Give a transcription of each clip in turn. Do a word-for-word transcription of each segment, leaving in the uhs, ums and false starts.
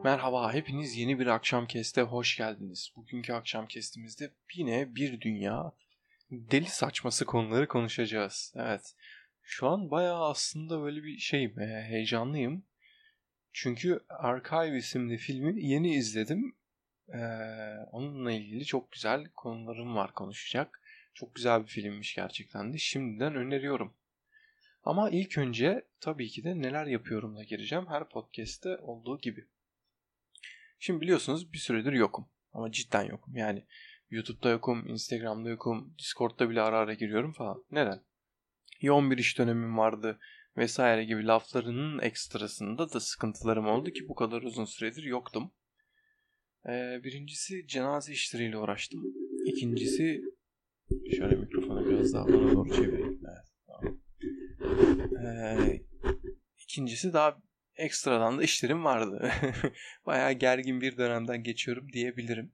Merhaba, hepiniz yeni bir akşam keste hoş geldiniz. Bugünkü akşam kestimizde yine bir dünya deli saçması konuları konuşacağız. Evet, şu an bayağı aslında böyle bir şeyim, e, heyecanlıyım. Çünkü Archive isimli filmi yeni izledim. Ee, onunla ilgili çok güzel konularım var konuşacak. Çok güzel bir filmmiş gerçekten de. Şimdiden öneriyorum. Ama ilk önce tabii ki de neler yapıyorumla gireceğim. Her podcast'te olduğu gibi. Şimdi biliyorsunuz bir süredir yokum. Ama cidden yokum. Yani YouTube'da yokum, Instagram'da yokum, Discord'da bile ara ara giriyorum falan. Neden? Yoğun bir iş dönemim vardı vesaire gibi laflarının ekstrasında da sıkıntılarım oldu ki bu kadar uzun süredir yoktum. Ee, birincisi cenaze işleriyle uğraştım. İkincisi şöyle mikrofonu biraz daha bana doğru çevireyim. Evet, tamam. Ee, ikincisi daha ekstradan da işlerim vardı. Bayağı gergin bir dönemden geçiyorum diyebilirim.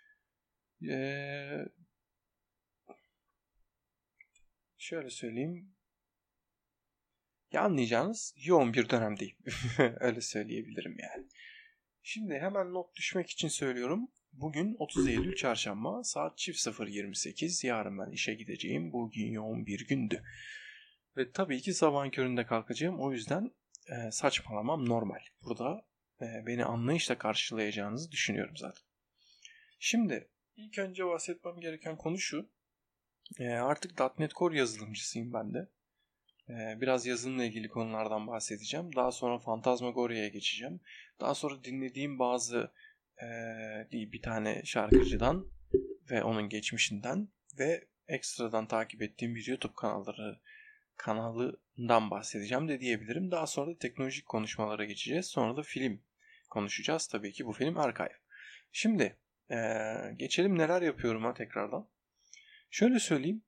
Ee, şöyle söyleyeyim. Ya anlayacağınız yoğun bir dönemdeyim. Öyle söyleyebilirim yani. Şimdi hemen not düşmek için söylüyorum. Bugün otuz Eylül Çarşamba saat çift sıfır yirmi sekiz. Yarın ben işe gideceğim. Bugün yoğun bir gündü. Ve tabii ki sabahın köründe kalkacağım. O yüzden e, saçmalamam normal. Burada e, beni anlayışla karşılayacağınızı düşünüyorum zaten. Şimdi ilk önce bahsetmem gereken konu şu. E, artık .nokta net Core yazılımcısıyım ben de. E, biraz yazılımla ilgili konulardan bahsedeceğim. Daha sonra Fantasmagoria'ya geçeceğim. Daha sonra dinlediğim bazı e, bir tane şarkıcıdan ve onun geçmişinden ve ekstradan takip ettiğim bir YouTube kanalları kanalından bahsedeceğim de diyebilirim. Daha sonra da teknolojik konuşmalara geçeceğiz. Sonra da film konuşacağız. Tabii ki bu film Archive. Şimdi ee, geçelim neler yapıyorum ha tekrardan. Şöyle söyleyeyim.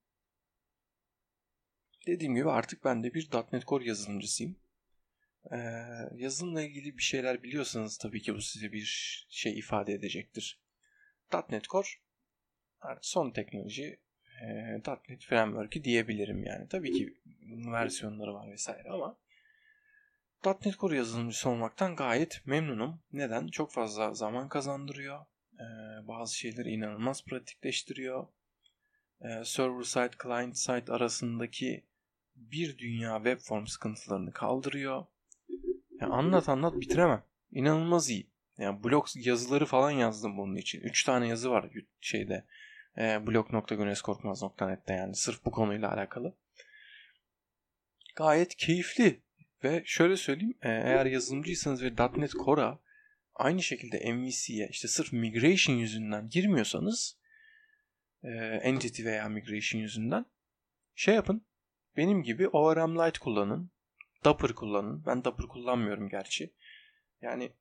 Dediğim gibi artık ben de bir .nokta net Core yazılımcısıyım. Ee, yazılımla ilgili bir şeyler biliyorsanız tabii ki bu size bir şey ifade edecektir. .nokta net Core artık son teknoloji e, .nokta net Framework'ü diyebilirim yani. Tabii ki versiyonları var vesaire ama .nokta net Core yazılımcısı olmaktan gayet memnunum. Neden? Çok fazla zaman kazandırıyor. Ee, bazı şeyleri inanılmaz pratikleştiriyor. Ee, server side, client side arasındaki bir dünya web form sıkıntılarını kaldırıyor. Yani anlat anlat bitiremem. İnanılmaz iyi. Yani blog yazıları falan yazdım bunun için. Üç tane yazı var şeyde. E, blog nokta güneskorkmaz nokta net'te yani sırf bu konuyla alakalı. Gayet keyifli. Ve şöyle söyleyeyim. Eğer yazılımcıysanız ve .nokta net Core'a aynı şekilde M V C'ye işte sırf migration yüzünden girmiyorsanız e, entity veya migration yüzünden şey yapın. Benim gibi O R M Lite kullanın. Dapper kullanın. Ben Dapper kullanmıyorum gerçi. Yani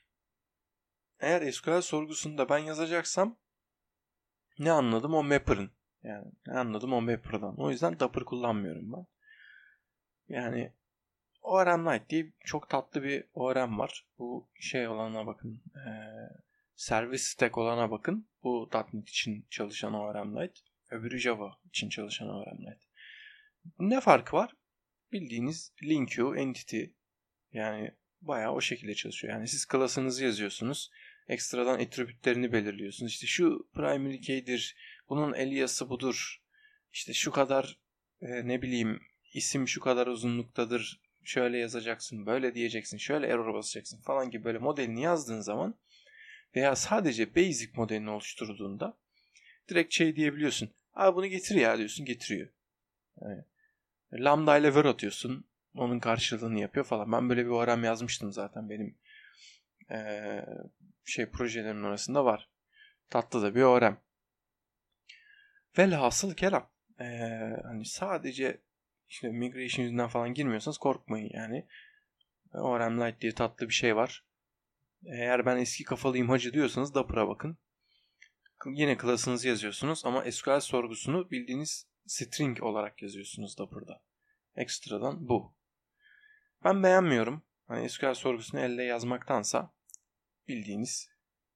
eğer S Q L sorgusunda ben yazacaksam ne anladım o Mapper'ın. Yani ne anladım o Mapper'dan. O yüzden Dapper kullanmıyorum ben. Yani O R M Lite diye çok tatlı bir O R M var. Bu şey olana bakın. Ee, Service Stack olana bakın. Bu .nokta net için çalışan O R M Lite. Öbürü Java için çalışan O R M Lite. Ne farkı var? Bildiğiniz LinkU, Entity yani bayağı o şekilde çalışıyor. Yani siz klasınızı yazıyorsunuz. Ekstradan attribütlerini belirliyorsunuz. İşte şu primary key'dir. Bunun alias'ı budur. İşte şu kadar e, ne bileyim isim şu kadar uzunluktadır. Şöyle yazacaksın, böyle diyeceksin, şöyle error basacaksın falan gibi böyle modelini yazdığın zaman veya sadece basic modelini oluşturduğunda direkt şey diyebiliyorsun. Abi bunu getir ya diyorsun, getiriyor. Yani lambda ile ver atıyorsun. Onun karşılığını yapıyor falan. Ben böyle bir O R M yazmıştım zaten benim ee, şey projelerimin arasında var. Tatlı da bir O R M. Velhasıl kelam. Ee, hani sadece işte migration yüzünden falan girmiyorsanız korkmayın yani. O R M Lite diye tatlı bir şey var. Eğer ben eski kafalıyım hacı diyorsanız Dapper'a bakın. Yine klasınızı yazıyorsunuz ama S Q L sorgusunu bildiğiniz string olarak yazıyorsunuz Dapper'da. Ekstradan bu. Ben beğenmiyorum. Hani S Q L sorgusunu elle yazmaktansa bildiğiniz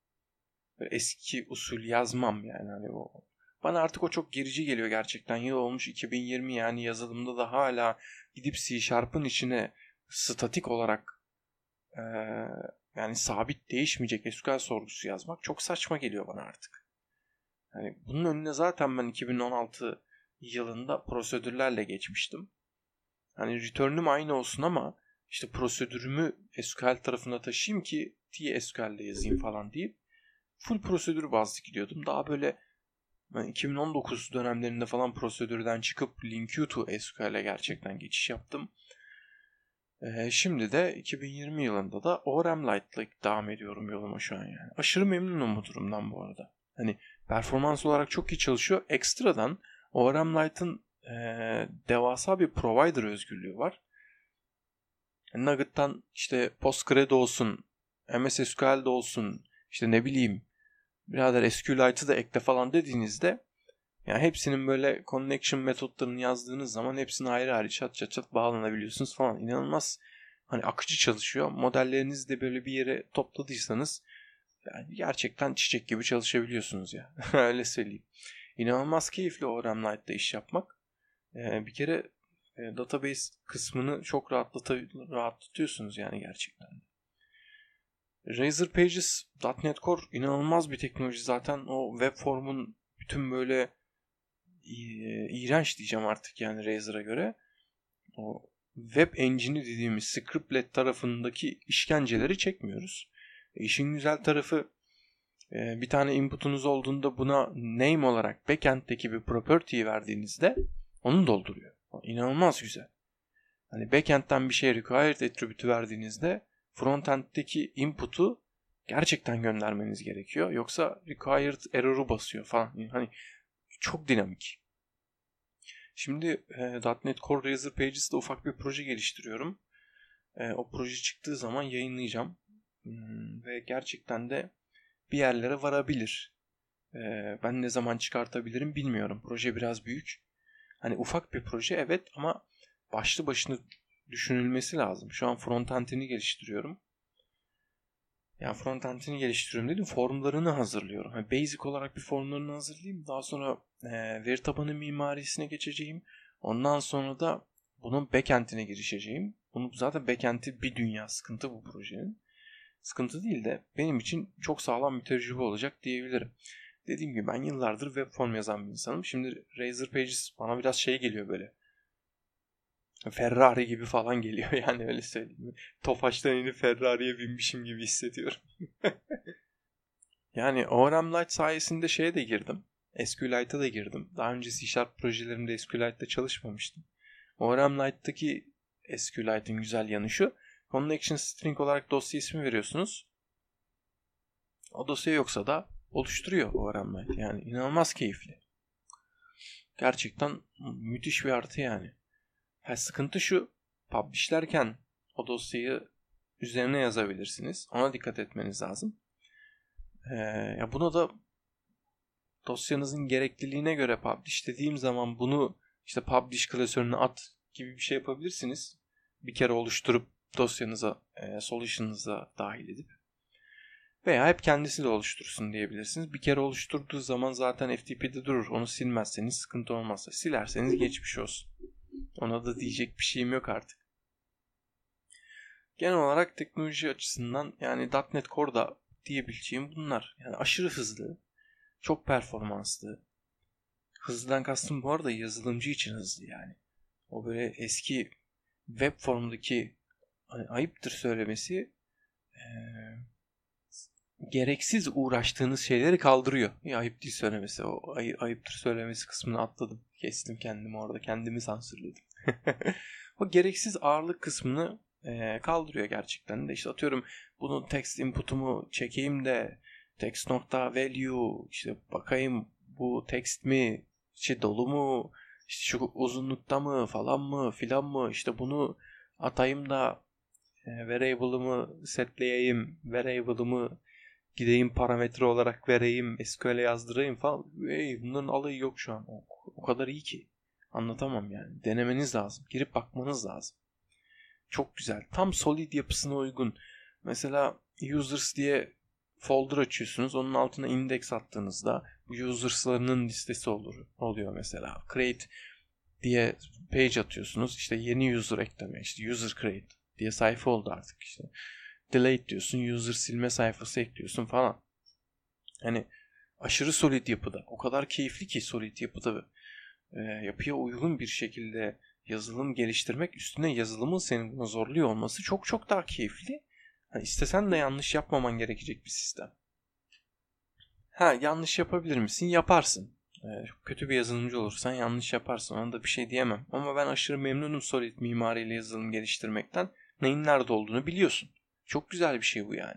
eski usul yazmam yani hani o. Bana artık o çok gerici geliyor gerçekten. Yıl olmuş iki bin yirmi yani yazılımda da hala gidip C Sharp'ın içine statik olarak e, yani sabit değişmeyecek S Q L sorgusu yazmak çok saçma geliyor bana artık. Yani bunun önüne zaten ben iki bin on altı yılında prosedürlerle geçmiştim. Hani return'üm aynı olsun ama işte prosedürümü S Q L tarafına taşıyayım ki T S Q L'de yazayım falan deyip full prosedür bazlı gidiyordum. Daha böyle ben iki bin on dokuz dönemlerinde falan prosedürden çıkıp LinkU to S Q L'e gerçekten geçiş yaptım. Ee, şimdi de iki bin yirmi yılında da O R M Lite'la devam ediyorum yoluma şu an yani. Aşırı memnunum bu durumdan bu arada. Hani performans olarak çok iyi çalışıyor. Ekstradan O R M Lite'ın e, devasa bir provider özgürlüğü var. Nugget'tan işte Postgre'de olsun, M S S Q L'de olsun, işte ne bileyim birader SQLite'ı da ekle falan dediğinizde yani hepsinin böyle connection metotlarını yazdığınız zaman hepsine ayrı ayrı çat çat çat bağlanabiliyorsunuz falan. İnanılmaz hani akıcı çalışıyor. Modellerinizi de böyle bir yere topladıysanız yani gerçekten çiçek gibi çalışabiliyorsunuz ya. Öyle söyleyeyim. İnanılmaz keyifli O R M Lite'da iş yapmak. Ee, bir kere e, database kısmını çok rahatlata- rahatlatıyorsunuz yani gerçekten. Razor Pages nokta net Core inanılmaz bir teknoloji zaten. O web formun bütün böyle iğrenç diyeceğim artık yani Razor'a göre. O web engine'i dediğimiz scriptlet tarafındaki işkenceleri çekmiyoruz. E işin güzel tarafı e, bir tane input'unuz olduğunda buna name olarak backend'deki bir property'yi verdiğinizde onu dolduruyor. İnanılmaz güzel. Hani backend'den bir şey required attribute'ü verdiğinizde frontend'deki input'u gerçekten göndermeniz gerekiyor. Yoksa required error'u basıyor falan. Hani çok dinamik. Şimdi e, .NET Core Razor Pages'te ufak bir proje geliştiriyorum. E, o proje çıktığı zaman yayınlayacağım. Hmm, ve gerçekten de bir yerlere varabilir. E, ben ne zaman çıkartabilirim bilmiyorum. Proje biraz büyük. Hani ufak bir proje evet ama başlı başına düşünülmesi lazım. Şu an frontend'ini geliştiriyorum. Yani frontend'ini geliştiriyorum dedim. Formlarını hazırlıyorum. Yani basic olarak bir formlarını hazırlayayım. Daha sonra e, veri tabanı mimarisine geçeceğim. Ondan sonra da bunun backend'ine girişeceğim. Bunun zaten backend'i bir dünya sıkıntı bu projenin. Sıkıntı değil de benim için çok sağlam bir tecrübe olacak diyebilirim. Dediğim gibi ben yıllardır web form yazan bir insanım. Şimdi Razor Pages bana biraz şey geliyor böyle. Ferrari gibi falan geliyor yani öyle söyleyeyim. Tofaş'tan inip Ferrari'ye binmişim gibi hissediyorum. Yani O R M Lite sayesinde şeye de girdim. SQLite'a da girdim. Daha önce C Sharp projelerimde SQLite'da çalışmamıştım. O R M Lite'daki SQLite'in güzel yanı şu. Connection string olarak dosya ismi veriyorsunuz. O dosya yoksa da oluşturuyor O R M Lite. Yani inanılmaz keyifli. Gerçekten müthiş bir artı yani. Ha, sıkıntı şu. Publishlerken o dosyayı üzerine yazabilirsiniz. Ona dikkat etmeniz lazım. Ee, ya buna da dosyanızın gerekliliğine göre publish dediğim zaman bunu işte publish klasörüne at gibi bir şey yapabilirsiniz. Bir kere oluşturup dosyanıza, e, solution'ınıza dahil edip. Veya hep kendisi de oluştursun diyebilirsiniz. Bir kere oluşturduğu zaman zaten F T P'de durur. Onu silmezseniz sıkıntı olmazsa. Silerseniz geçmiş olsun. Ona da diyecek bir şeyim yok artık. Genel olarak teknoloji açısından yani .NET Core'da diyebileceğim bunlar. Yani aşırı hızlı, çok performanslı. Hızlıdan kastım bu arada yazılımcı için hızlı yani. O böyle eski web formundaki hani ayıptır söylemesi e, gereksiz uğraştığınız şeyleri kaldırıyor. Ya ayıp değil söylemesi. O ay, ayıptır söylemesi kısmını atladım. Kestim kendimi orada. Kendimi sansürledim. O gereksiz ağırlık kısmını e, kaldırıyor gerçekten de. İşte atıyorum bunu text input'umu çekeyim de text nokta value işte bakayım bu text mi işte dolu mu işte şu uzunlukta mı falan mı filan mı işte bunu atayım da e, variable'ımı setleyeyim variable'ımı gideyim parametre olarak vereyim S Q L'e yazdırayım falan. Ey, bunların alayı yok şu an. O, o kadar iyi ki. Anlatamam yani. Denemeniz lazım. Girip bakmanız lazım. Çok güzel. Tam Solid yapısına uygun. Mesela users diye folder açıyorsunuz. Onun altına index attığınızda bu users'larının listesi olur, oluyor mesela. Create diye page atıyorsunuz. İşte yeni user ekleme. İşte user create diye sayfa oldu artık işte. delete diyorsun, user silme sayfası ekliyorsun falan. Hani aşırı solid yapıda. O kadar keyifli ki solid yapıda e, yapıya uygun bir şekilde yazılım geliştirmek, üstüne yazılımın seni buna zorluyor olması çok çok daha keyifli. Yani istesen de yanlış yapmaman gerekecek bir sistem. Ha, yanlış yapabilir misin? Yaparsın. Ee, kötü bir yazılımcı olursan yanlış yaparsın. Ona da bir şey diyemem. Ama ben aşırı memnunum solid mimariyle yazılım geliştirmekten. Neyin nerede olduğunu biliyorsun. Çok güzel bir şey bu yani.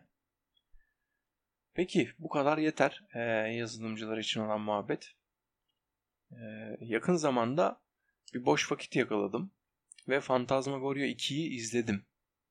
Peki bu kadar yeter ee, yazılımcılar için olan muhabbet. Ee, yakın zamanda bir boş vakit yakaladım. Ve Phantasmagoria ikiyi izledim.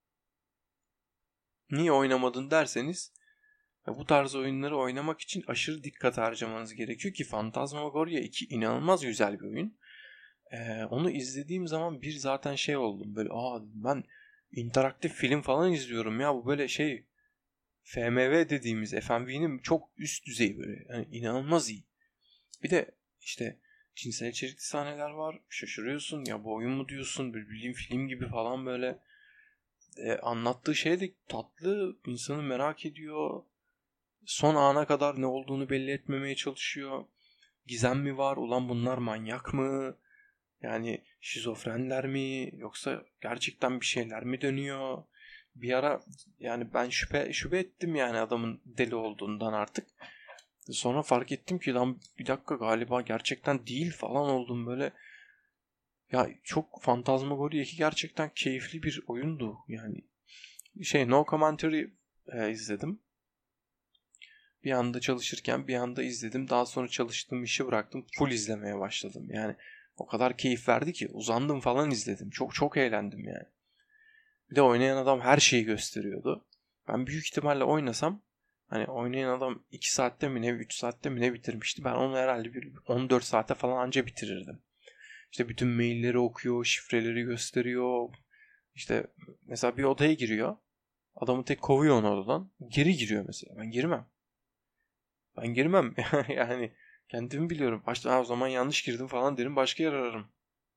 Niye oynamadın derseniz, bu tarz oyunları oynamak için aşırı dikkat harcamanız gerekiyor ki Phantasmagoria iki inanılmaz güzel bir oyun. Ee, onu izlediğim zaman bir zaten şey oldum. Böyle aa ben interaktif film falan izliyorum ya, bu böyle şey F M V dediğimiz F M V'nin çok üst düzey böyle. Yani inanılmaz iyi. Bir de işte cinsel içerikli sahneler var. Şaşırıyorsun ya, bu oyun mu diyorsun, bir bildiğin film gibi falan böyle. E, anlattığı şey de tatlı, insanı merak ediyor. Son ana kadar ne olduğunu belli etmemeye çalışıyor. Gizem mi var? Ulan bunlar manyak mı? Yani şizofrenler mi? Yoksa gerçekten bir şeyler mi dönüyor? Bir ara yani ben şüphe şüphe ettim yani adamın deli olduğundan artık. Sonra fark ettim ki lan bir dakika, galiba gerçekten değil falan oldum böyle. Ya çok Phantasmagoria iki gerçekten keyifli bir oyundu. Yani şey No Commentary e, izledim. Bir anda çalışırken bir anda izledim. Daha sonra çalıştığım işi bıraktım. Full izlemeye başladım. Yani o kadar keyif verdi ki uzandım falan izledim. Çok çok eğlendim yani. Bir de oynayan adam her şeyi gösteriyordu. Ben büyük ihtimalle oynasam, hani oynayan adam iki saatte mi ne üç saatte mi ne bitirmişti. Ben onu herhalde bir on dört saate falan anca bitirirdim. İşte bütün mailleri okuyor, şifreleri gösteriyor. İşte mesela bir odaya giriyor. Adamı tek kovuyor onu odadan. Geri giriyor mesela. Ben girmem. Ben girmem. Yani kendimi biliyorum. Başta o zaman yanlış girdim falan derim. Başka yer ararım.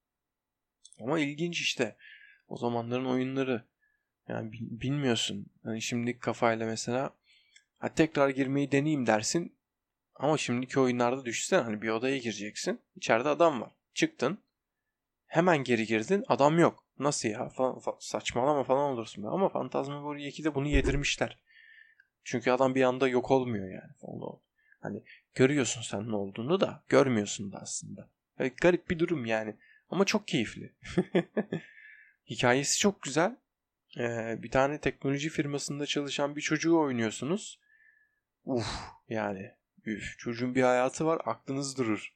Ama ilginç işte. O zamanların oyunları. Yani bilmiyorsun. Hani şimdiki kafayla mesela ha, tekrar girmeyi deneyeyim dersin. Ama şimdiki oyunlarda düşünsene, hani bir odaya gireceksin. İçeride adam var. Çıktın. Hemen geri girdin. Adam yok. Nasıl ya? Falan, saçmalama falan olursun. Ama Phantasmagoria ikide bunu yedirmişler. Çünkü adam bir anda yok olmuyor yani. Onu, hani görüyorsun sen ne olduğunu da görmüyorsun da aslında. Yani garip bir durum yani. Ama çok keyifli. Hikayesi çok güzel. Ee, bir tane teknoloji firmasında çalışan bir çocuğu oynuyorsunuz. Uf yani. Üf, çocuğun bir hayatı var, aklınız durur.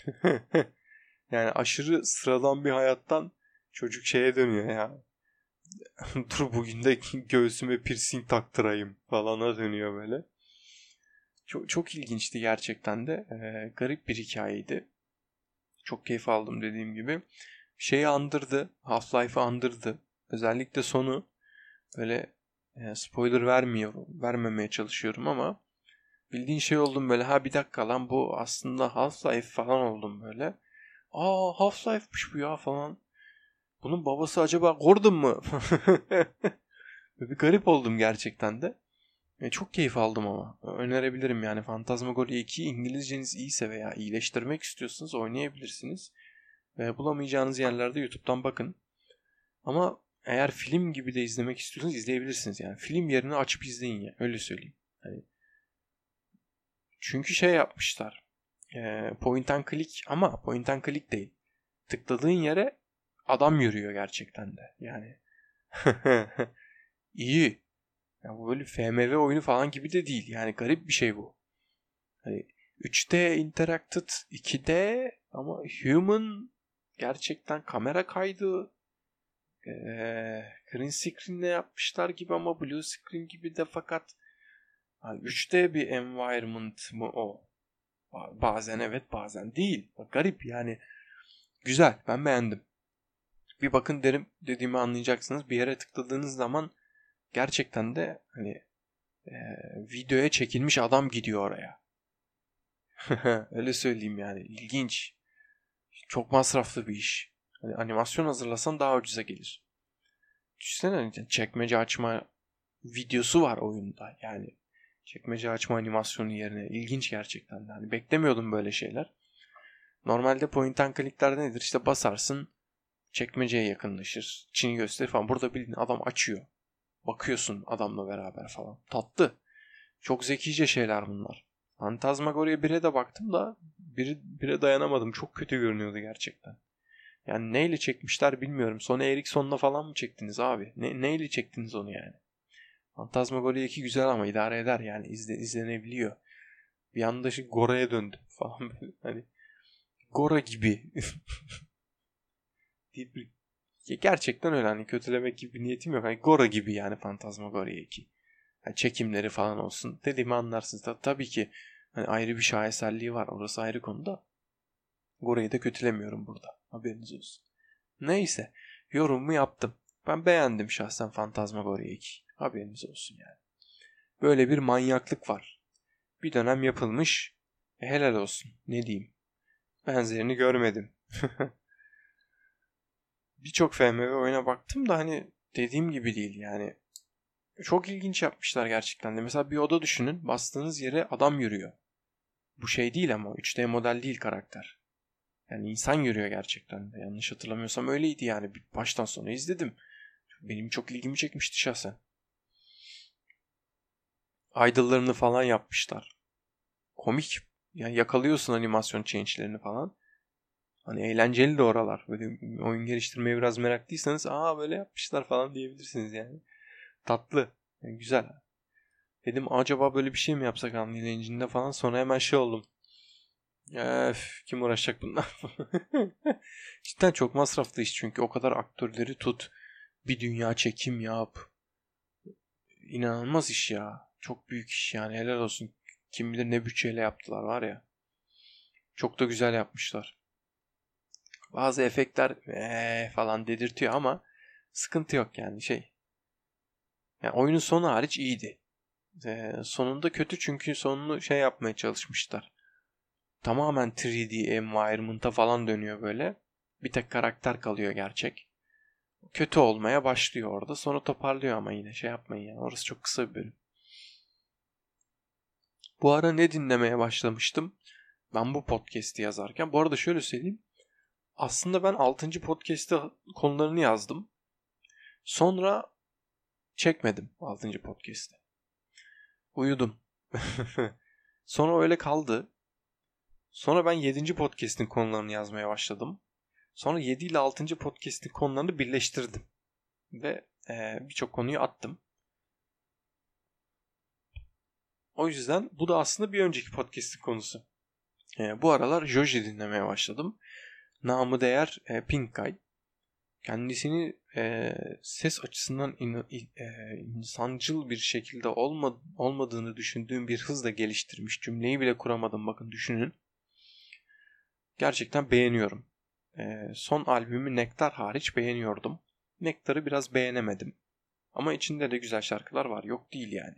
Yani aşırı sıradan bir hayattan çocuk şeye dönüyor ya. Dur bugün de göğsüme piercing taktırayım falana dönüyor böyle. Çok, çok ilginçti gerçekten de. Ee, garip bir hikayeydi. Çok keyif aldım dediğim gibi. Şeyi andırdı. Half-Life'ı andırdı. Özellikle sonu. Öyle e, spoiler vermiyorum. Vermemeye çalışıyorum ama bildiğin şey oldum böyle. Ha bir dakika lan, bu aslında Half-Life falan oldum böyle. Aa Half-Life'mış bu ya falan. Bunun babası acaba Gordon mu? Bir garip oldum gerçekten de. E, çok keyif aldım ama. Önerebilirim yani. Phantasmagoria iki İngilizceniz iyiyse veya iyileştirmek istiyorsanız oynayabilirsiniz. Ve bulamayacağınız yerlerde YouTube'dan bakın. Ama eğer film gibi de izlemek istiyorsanız izleyebilirsiniz yani. Film yerine açıp izleyin ya. Öyle söyleyeyim. Hani çünkü şey yapmışlar. E, point and click ama point and click değil. Tıkladığın yere adam yürüyor gerçekten de. Yani iyi. Ya bu böyle F M V oyunu falan gibi de değil. Yani garip bir şey bu. Hani üç D interacted, iki D ama human, gerçekten kamera kaydı. Ee, green screen'le yapmışlar gibi ama blue screen gibi de, fakat yani üç D bir environment mı o? Bazen evet, bazen değil. Garip yani. Güzel. Ben beğendim. Bir bakın derim, dediğimi anlayacaksınız. Bir yere tıkladığınız zaman gerçekten de hani e, videoya çekilmiş adam gidiyor oraya. Öyle söyleyeyim yani. İlginç. Çok masraflı bir iş. Hani animasyon hazırlasan daha ucuza gelir. Düşünsene, çekmece açma videosu var oyunda. Yani çekmece açma animasyonu yerine ilginç gerçekten. Yani beklemiyordum böyle şeyler. Normalde point and click'lerde nedir? İşte basarsın, çekmeceye yakınlaşır, Çin'i gösterir falan. Burada bildiğin adam açıyor. Bakıyorsun adamla beraber falan. Tatlı. Çok zekice şeyler bunlar. Phantasmagoria bire de baktım da bire dayanamadım. Çok kötü görünüyordu gerçekten. Yani neyle çekmişler bilmiyorum. Sony Ericsson'la falan mı çektiniz abi? Ne, neyle çektiniz onu yani? Phantasmagoria iki güzel ama idare eder yani. İzle, izlenebiliyor. Bir anda şu Gora'ya döndüm falan böyle. Hani Gora gibi. Gerçekten öyle, hani kötülemek gibi bir niyetim yok. Hani Gora gibi yani Phantasmagoria iki. Yani çekimleri falan olsun. Dediğimi anlarsınız. Tabii, tabii ki hani ayrı bir şaheserliği var. Orası ayrı konuda. Gora'yı da kötülemiyorum burada. Haberiniz olsun. Neyse. Yorumumu yaptım. Ben beğendim şahsen Phantasmagoria iki. Haberiniz olsun yani. Böyle bir manyaklık var. Bir dönem yapılmış. E, helal olsun. Ne diyeyim. Benzerini görmedim. Birçok F M V oyuna baktım da hani dediğim gibi değil yani. Çok ilginç yapmışlar gerçekten de. Mesela bir oda düşünün. Bastığınız yere adam yürüyor. Bu şey değil ama üç D model değil karakter. Yani insan yürüyor gerçekten de. Yanlış hatırlamıyorsam öyleydi yani. Baştan sona izledim. Benim çok ilgimi çekmişti şahsen. Idol'larını falan yapmışlar. Komik. Yani yakalıyorsun animasyon change'lerini falan. Hani eğlenceli de oralar. Böyle oyun geliştirmeye biraz meraklıysanız aa böyle yapmışlar falan diyebilirsiniz yani. Tatlı. Yani güzel. Dedim acaba böyle bir şey mi yapsak Unreal Engine'de falan. Sonra hemen şey oldum. Öf, kim uğraşacak bunlar? Cidden çok masraflı iş çünkü o kadar aktörleri tut. Bir dünya çekim yap. İnanılmaz iş ya. Çok büyük iş yani, helal olsun. Kim bilir ne bütçeyle yaptılar var ya. Çok da güzel yapmışlar. Bazı efektler ee falan dedirtiyor ama sıkıntı yok yani şey. Yani oyunun sonu hariç iyiydi. Ee, sonunda kötü çünkü sonunu şey yapmaya çalışmışlar. Tamamen üç D environment'a falan dönüyor böyle. Bir tek karakter kalıyor gerçek. Kötü olmaya başlıyor orada. Sonra toparlıyor ama yine şey yapmayın yani. Orası çok kısa bir bölüm. Bu ara ne dinlemeye başlamıştım? Ben bu podcast'i yazarken. Bu arada şöyle söyleyeyim. Aslında ben altıncı podcast'te konularını yazdım. Sonra çekmedim altıncı podcast'i. Uyudum. Sonra öyle kaldı. Sonra ben yedinci podcast'in konularını yazmaya başladım. Sonra yedi ile altıncı podcast'in konularını birleştirdim. Ve e, birçok konuyu attım. O yüzden bu da aslında bir önceki podcast'in konusu. E, bu aralar Joji dinlemeye başladım. Namı değer e, Pinkay. Kendisini e, ses açısından in, e, insancıl bir şekilde olma, olmadığını düşündüğüm bir hızla geliştirmiş. Cümleyi bile kuramadım, bakın düşünün. Gerçekten beğeniyorum. E, son albümü Nektar hariç beğeniyordum. Nektar'ı biraz beğenemedim. Ama içinde de güzel şarkılar var. Yok değil yani.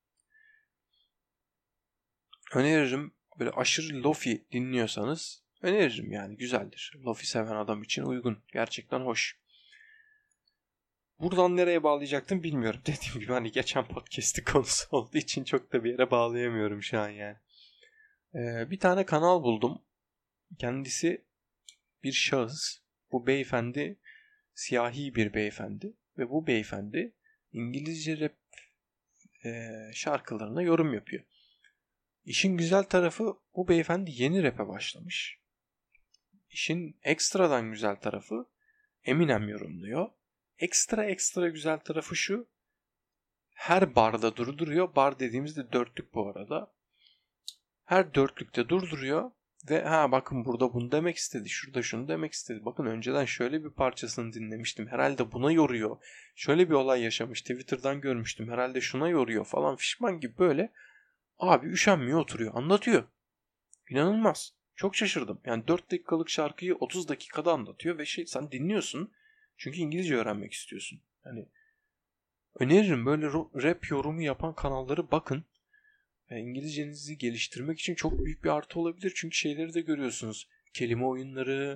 Öneririm. Böyle aşırı lofi dinliyorsanız öneririm yani, güzeldir. Lofi seven adam için uygun. Gerçekten hoş. Buradan nereye bağlayacaktım bilmiyorum. Dediğim gibi hani geçen podcast'ı konusu olduğu için çok da bir yere bağlayamıyorum şu an yani. Ee, bir tane kanal buldum. Kendisi bir şahıs. Bu beyefendi siyahi bir beyefendi. Ve bu beyefendi İngilizce rap e, şarkılarına yorum yapıyor. İşin güzel tarafı, bu beyefendi yeni rap'e başlamış. İşin ekstradan güzel tarafı, Eminem yorumluyor. Ekstra ekstra güzel tarafı şu: her barda durduruyor. Bar dediğimizde dörtlük bu arada. Her dörtlükte durduruyor ve ha bakın burada bunu demek istedi, şurada şunu demek istedi. Bakın önceden şöyle bir parçasını dinlemiştim. Herhalde buna yoruyor. Şöyle bir olay yaşamış. Twitter'dan görmüştüm. Herhalde şuna yoruyor falan fişman gibi böyle. Abi üşenmiyor, oturuyor. Anlatıyor. İnanılmaz. Çok şaşırdım. Yani dört dakikalık şarkıyı otuz dakikada anlatıyor ve şey, sen dinliyorsun. Çünkü İngilizce öğrenmek istiyorsun. Yani öneririm, böyle rap yorumu yapan kanalları bakın. Yani İngilizcenizi geliştirmek için çok büyük bir artı olabilir. Çünkü şeyleri de görüyorsunuz. Kelime oyunları.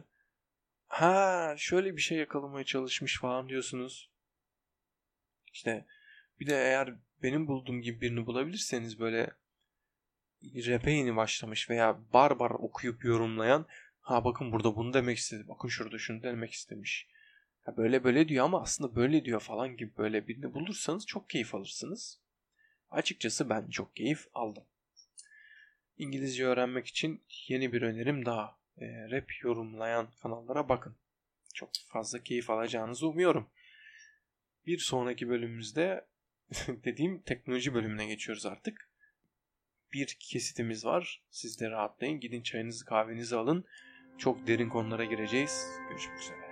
Ha şöyle bir şey yakalamaya çalışmış falan diyorsunuz. İşte Bir de eğer benim bulduğum gibi birini bulabilirseniz böyle rap'e yeni başlamış veya bar bar okuyup yorumlayan, ha bakın burada bunu demek istedi, bakın şurada şunu demek istemiş. Ha böyle böyle diyor ama aslında böyle diyor falan gibi böyle birini bulursanız çok keyif alırsınız. Açıkçası ben çok keyif aldım. İngilizce öğrenmek için yeni bir önerim daha. E, rap yorumlayan kanallara bakın. Çok fazla keyif alacağınızı umuyorum. Bir sonraki bölümümüzde dediğim teknoloji bölümüne geçiyoruz artık. Bir kesitimiz var. Siz de rahatlayın. Gidin çayınızı kahvenizi alın. Çok derin konulara gireceğiz. Görüşmek üzere.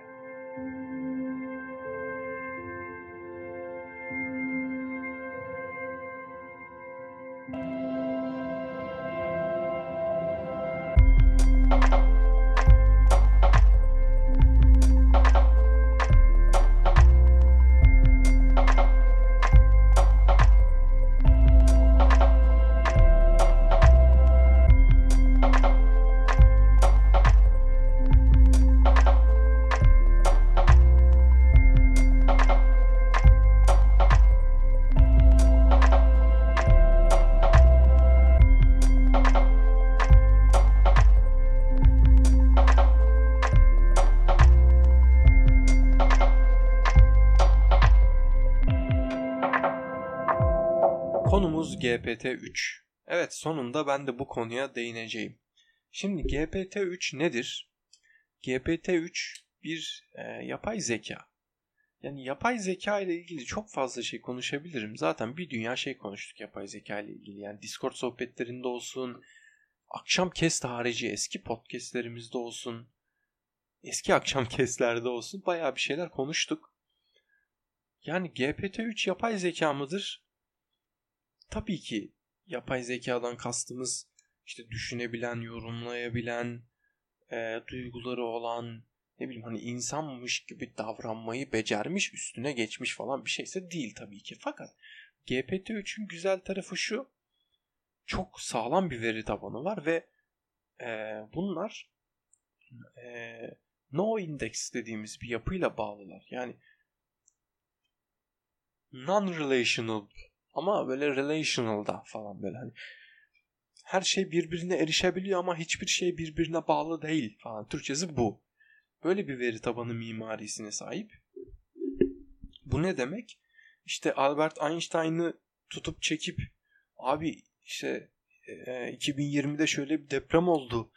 Konumuz G P T üç. Evet, sonunda ben de bu konuya değineceğim. Şimdi G P T üç nedir? G P T üç bir e, yapay zeka. Yani yapay zeka ile ilgili çok fazla şey konuşabilirim. Zaten bir dünya şey konuştuk yapay zeka ile ilgili. Yani Discord sohbetlerinde olsun, akşam kest harici eski podcastlerimizde olsun, eski akşam kestlerde olsun bayağı bir şeyler konuştuk. Yani G P T üç yapay zeka mıdır? Tabii ki yapay zekadan kastımız işte düşünebilen, yorumlayabilen, e, duyguları olan, ne bileyim hani insanmış gibi davranmayı becermiş, üstüne geçmiş falan bir şeyse değil tabii ki. Fakat G P T üçün güzel tarafı şu, çok sağlam bir veri tabanı var ve e, bunlar e, no index dediğimiz bir yapıyla bağlılar. Yani non-relational ama böyle relational da falan böyle hani her şey birbirine erişebiliyor ama hiçbir şey birbirine bağlı değil falan. Türkçesi bu. Böyle bir veri tabanı mimarisine sahip. Bu ne demek? İşte Albert Einstein'ı tutup çekip abi işte e, iki bin yirmide şöyle bir deprem oldu.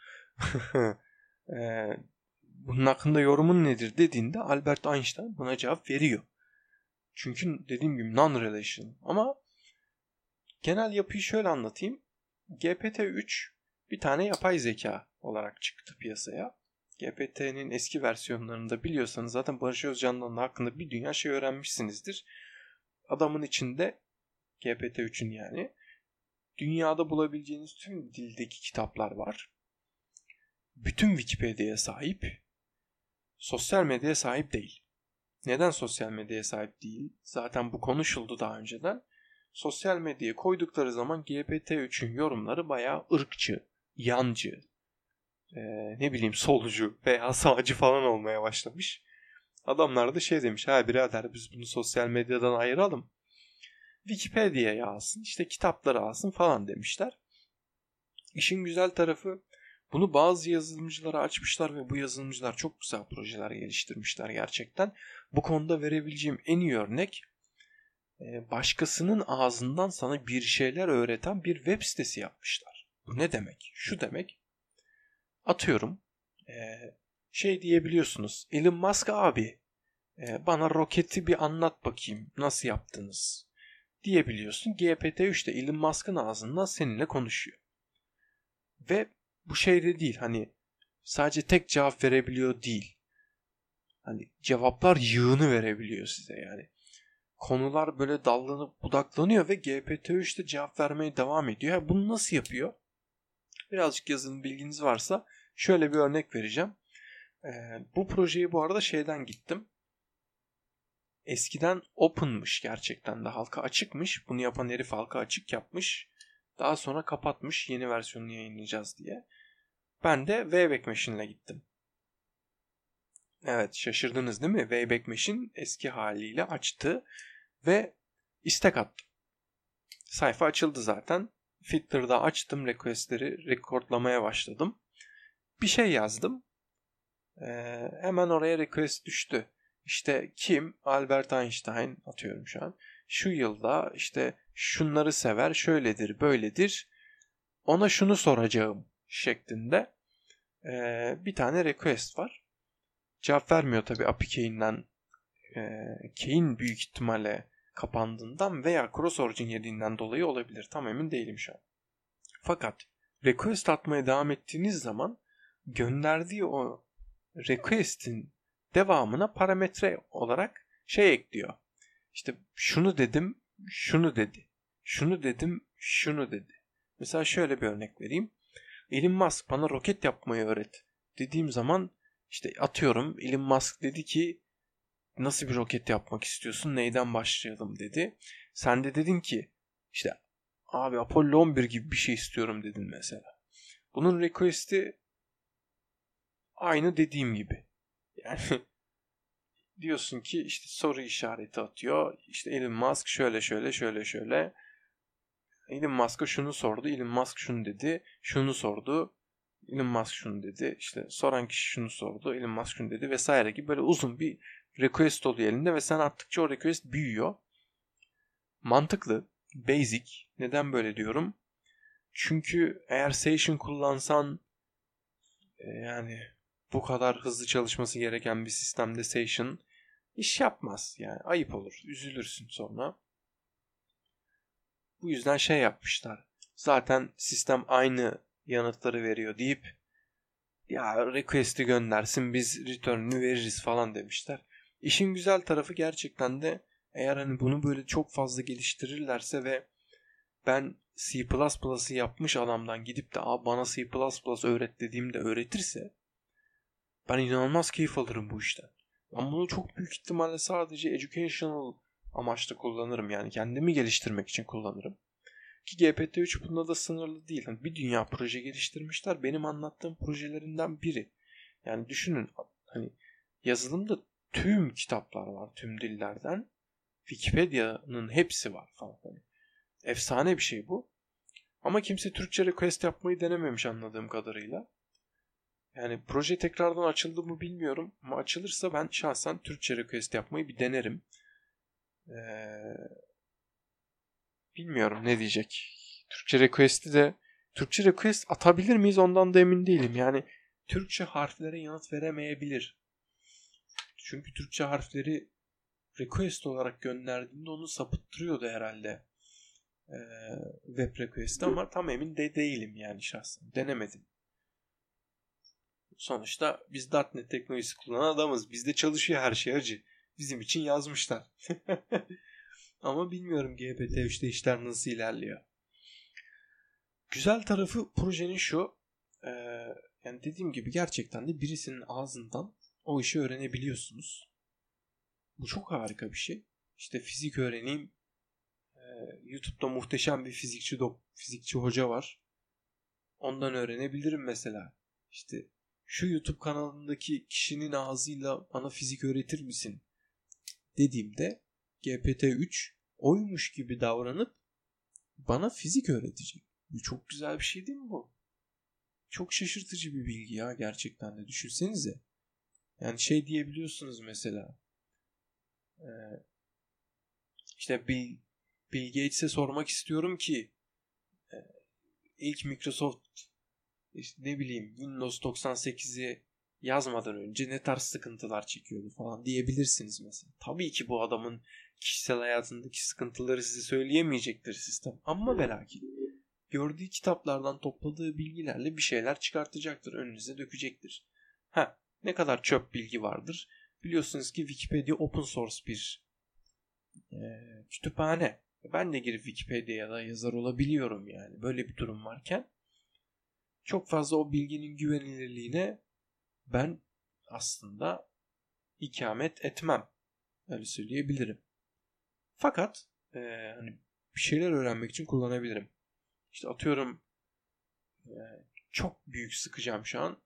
e, bunun hakkında yorumun nedir dediğinde Albert Einstein buna cevap veriyor. Çünkü dediğim gibi non-relational. Ama genel yapıyı şöyle anlatayım. G P T üç bir tane yapay zeka olarak çıktı piyasaya. G P T'nin eski versiyonlarında biliyorsanız zaten Barış Özcan'dan hakkında bir dünya şey öğrenmişsinizdir. Adamın içinde G P T üçün yani dünyada bulabileceğiniz tüm dildeki kitaplar var. Bütün Wikipedia'ya sahip. Sosyal medyaya sahip değil. Neden sosyal medyaya sahip değil? Zaten bu konuşuldu daha önceden. Sosyal medyaya koydukları zaman G P T üçün yorumları bayağı ırkçı, yancı, e, ne bileyim solcu veya sağcı falan olmaya başlamış. Adamlar da şey demiş, ha birader biz bunu sosyal medyadan ayıralım. Wikipedia'ya alsın, işte kitapları alsın falan demişler. İşin güzel tarafı bunu bazı yazılımcılara açmışlar ve bu yazılımcılar çok güzel projeler geliştirmişler gerçekten. Bu konuda verebileceğim en iyi örnek başkasının ağzından sana bir şeyler öğreten bir web sitesi yapmışlar. Bu ne demek? Şu demek. Atıyorum şey diyebiliyorsunuz. Elon Musk abi bana roketi bir anlat bakayım. Nasıl yaptınız? Diyebiliyorsun. G P T üç de Elon Musk'ın ağzından seninle konuşuyor. Ve bu şey de değil. Hani sadece tek cevap verebiliyor değil. Hani cevaplar yığını verebiliyor size yani. Konular böyle dallanıp budaklanıyor ve G P T üç de cevap vermeye devam ediyor. Yani bunu nasıl yapıyor? Birazcık yazılım bilginiz varsa şöyle bir örnek vereceğim. Ee, bu projeyi bu arada şeyden gittim. Eskiden open'mış gerçekten de halka açıkmış. Bunu yapan herif halka açık yapmış. Daha sonra kapatmış yeni versiyonunu yayınlayacağız diye. Ben de Wayback Machine'le gittim. Evet şaşırdınız değil mi? Wayback Machine eski haliyle açtı ve istek attım. Sayfa açıldı zaten. Fitter'da açtım, requestleri rekortlamaya başladım. Bir şey yazdım. Ee, hemen oraya request düştü. İşte kim? Albert Einstein atıyorum şu an. Şu yılda işte şunları sever, şöyledir, böyledir. Ona şunu soracağım şeklinde ee, bir tane request var. Cevap vermiyor tabii A P I key'inden. E, key'in büyük ihtimalle kapandığından veya cross origin yediğinden dolayı olabilir. Tam emin değilim şu an. Fakat request atmaya devam ettiğiniz zaman gönderdiği o request'in devamına parametre olarak şey ekliyor. İşte şunu dedim, şunu dedi. Şunu dedim, şunu dedi. Mesela şöyle bir örnek vereyim. Elon Musk bana roket yapmayı öğret dediğim zaman işte atıyorum Elon Musk dedi ki nasıl bir roket yapmak istiyorsun? Neyden başlayalım dedi. Sen de dedin ki işte abi Apollo on bir gibi bir şey istiyorum dedin mesela. Bunun request'i aynı dediğim gibi. Yani diyorsun ki işte soru işareti atıyor. İşte Elon Musk şöyle şöyle şöyle şöyle. Elon Musk'a şunu sordu. Elon Musk şunu dedi. Şunu sordu. Elon Musk şunu dedi. İşte soran kişi şunu sordu. Elon Musk şunu dedi vesaire gibi böyle uzun bir request oluyor elinde ve sen attıkça o request büyüyor. Mantıklı. Basic. Neden böyle diyorum? Çünkü eğer Session kullansan yani bu kadar hızlı çalışması gereken bir sistemde Session iş yapmaz. Yani ayıp olur. Üzülürsün sonra. Bu yüzden şey yapmışlar. Zaten sistem aynı yanıtları veriyor deyip ya request'i göndersin biz return'ünü veririz falan demişler. İşin güzel tarafı gerçekten de eğer hani bunu böyle çok fazla geliştirirlerse ve ben C plus plus'ı yapmış adamdan gidip de bana C plus plus öğret dediğimde öğretirse ben inanılmaz keyif alırım bu işten. Ben bunu çok büyük ihtimalle sadece educational amaçla kullanırım. Yani kendimi geliştirmek için kullanırım. Ki G P T üç bunda da sınırlı değil. Yani bir dünya proje geliştirmişler. Benim anlattığım projelerinden biri. Yani düşünün hani yazılımda tüm kitaplar var tüm dillerden. Wikipedia'nın hepsi var falan. Hani efsane bir şey bu. Ama kimse Türkçe request yapmayı denememiş anladığım kadarıyla. Yani proje tekrardan açıldı mı bilmiyorum. Ama açılırsa ben şahsen Türkçe request yapmayı bir denerim. Ee, bilmiyorum ne diyecek. Türkçe request'i de Türkçe request atabilir miyiz ondan da emin değilim. Yani Türkçe harflere yanıt veremeyebilir. Çünkü Türkçe harfleri request olarak gönderdiğinde onu sapıttırıyordu herhalde. Ee, web request'i ama tam emin de değilim yani şahsen. Denemedim. Sonuçta biz .nokta net teknolojisi kullanan adamız. Bizde çalışıyor her şey hacı. Bizim için yazmışlar. Ama bilmiyorum G P T üçte işler nasıl ilerliyor. Güzel tarafı projenin şu. E, yani dediğim gibi gerçekten de birisinin ağzından o işi öğrenebiliyorsunuz. Bu çok harika bir şey. İşte fizik öğreneyim. E, YouTube'da muhteşem bir fizikçi dok, fizikçi hoca var. Ondan öğrenebilirim mesela. İşte şu YouTube kanalındaki kişinin ağzıyla bana fizik öğretir misin dediğimde G P T üç oymuş gibi davranıp bana fizik öğretecek. Bu çok güzel bir şey değil mi bu? Çok şaşırtıcı bir bilgi ya gerçekten de. Düşünsenize. Yani şey diyebiliyorsunuz mesela. Ee, işte Bill, Bill Gates'e sormak istiyorum ki e, ilk Microsoft işte ne bileyim Windows doksan sekizi yazmadan önce ne tarz sıkıntılar çekiyordu falan diyebilirsiniz mesela. Tabii ki bu adamın kişisel hayatındaki sıkıntıları size söyleyemeyecektir sistem. Ama ve lakin gördüğü kitaplardan topladığı bilgilerle bir şeyler çıkartacaktır. Önünüze dökecektir. Ha, ne kadar çöp bilgi vardır. Biliyorsunuz ki Wikipedia open source bir e, kütüphane. Ben de girip Wikipedia'da yazar olabiliyorum yani. Böyle bir durum varken çok fazla o bilginin güvenilirliğine ben aslında ikamet etmem. Öyle söyleyebilirim. Fakat e, hani bir şeyler öğrenmek için kullanabilirim. İşte atıyorum e, çok büyük sıkacağım şu an.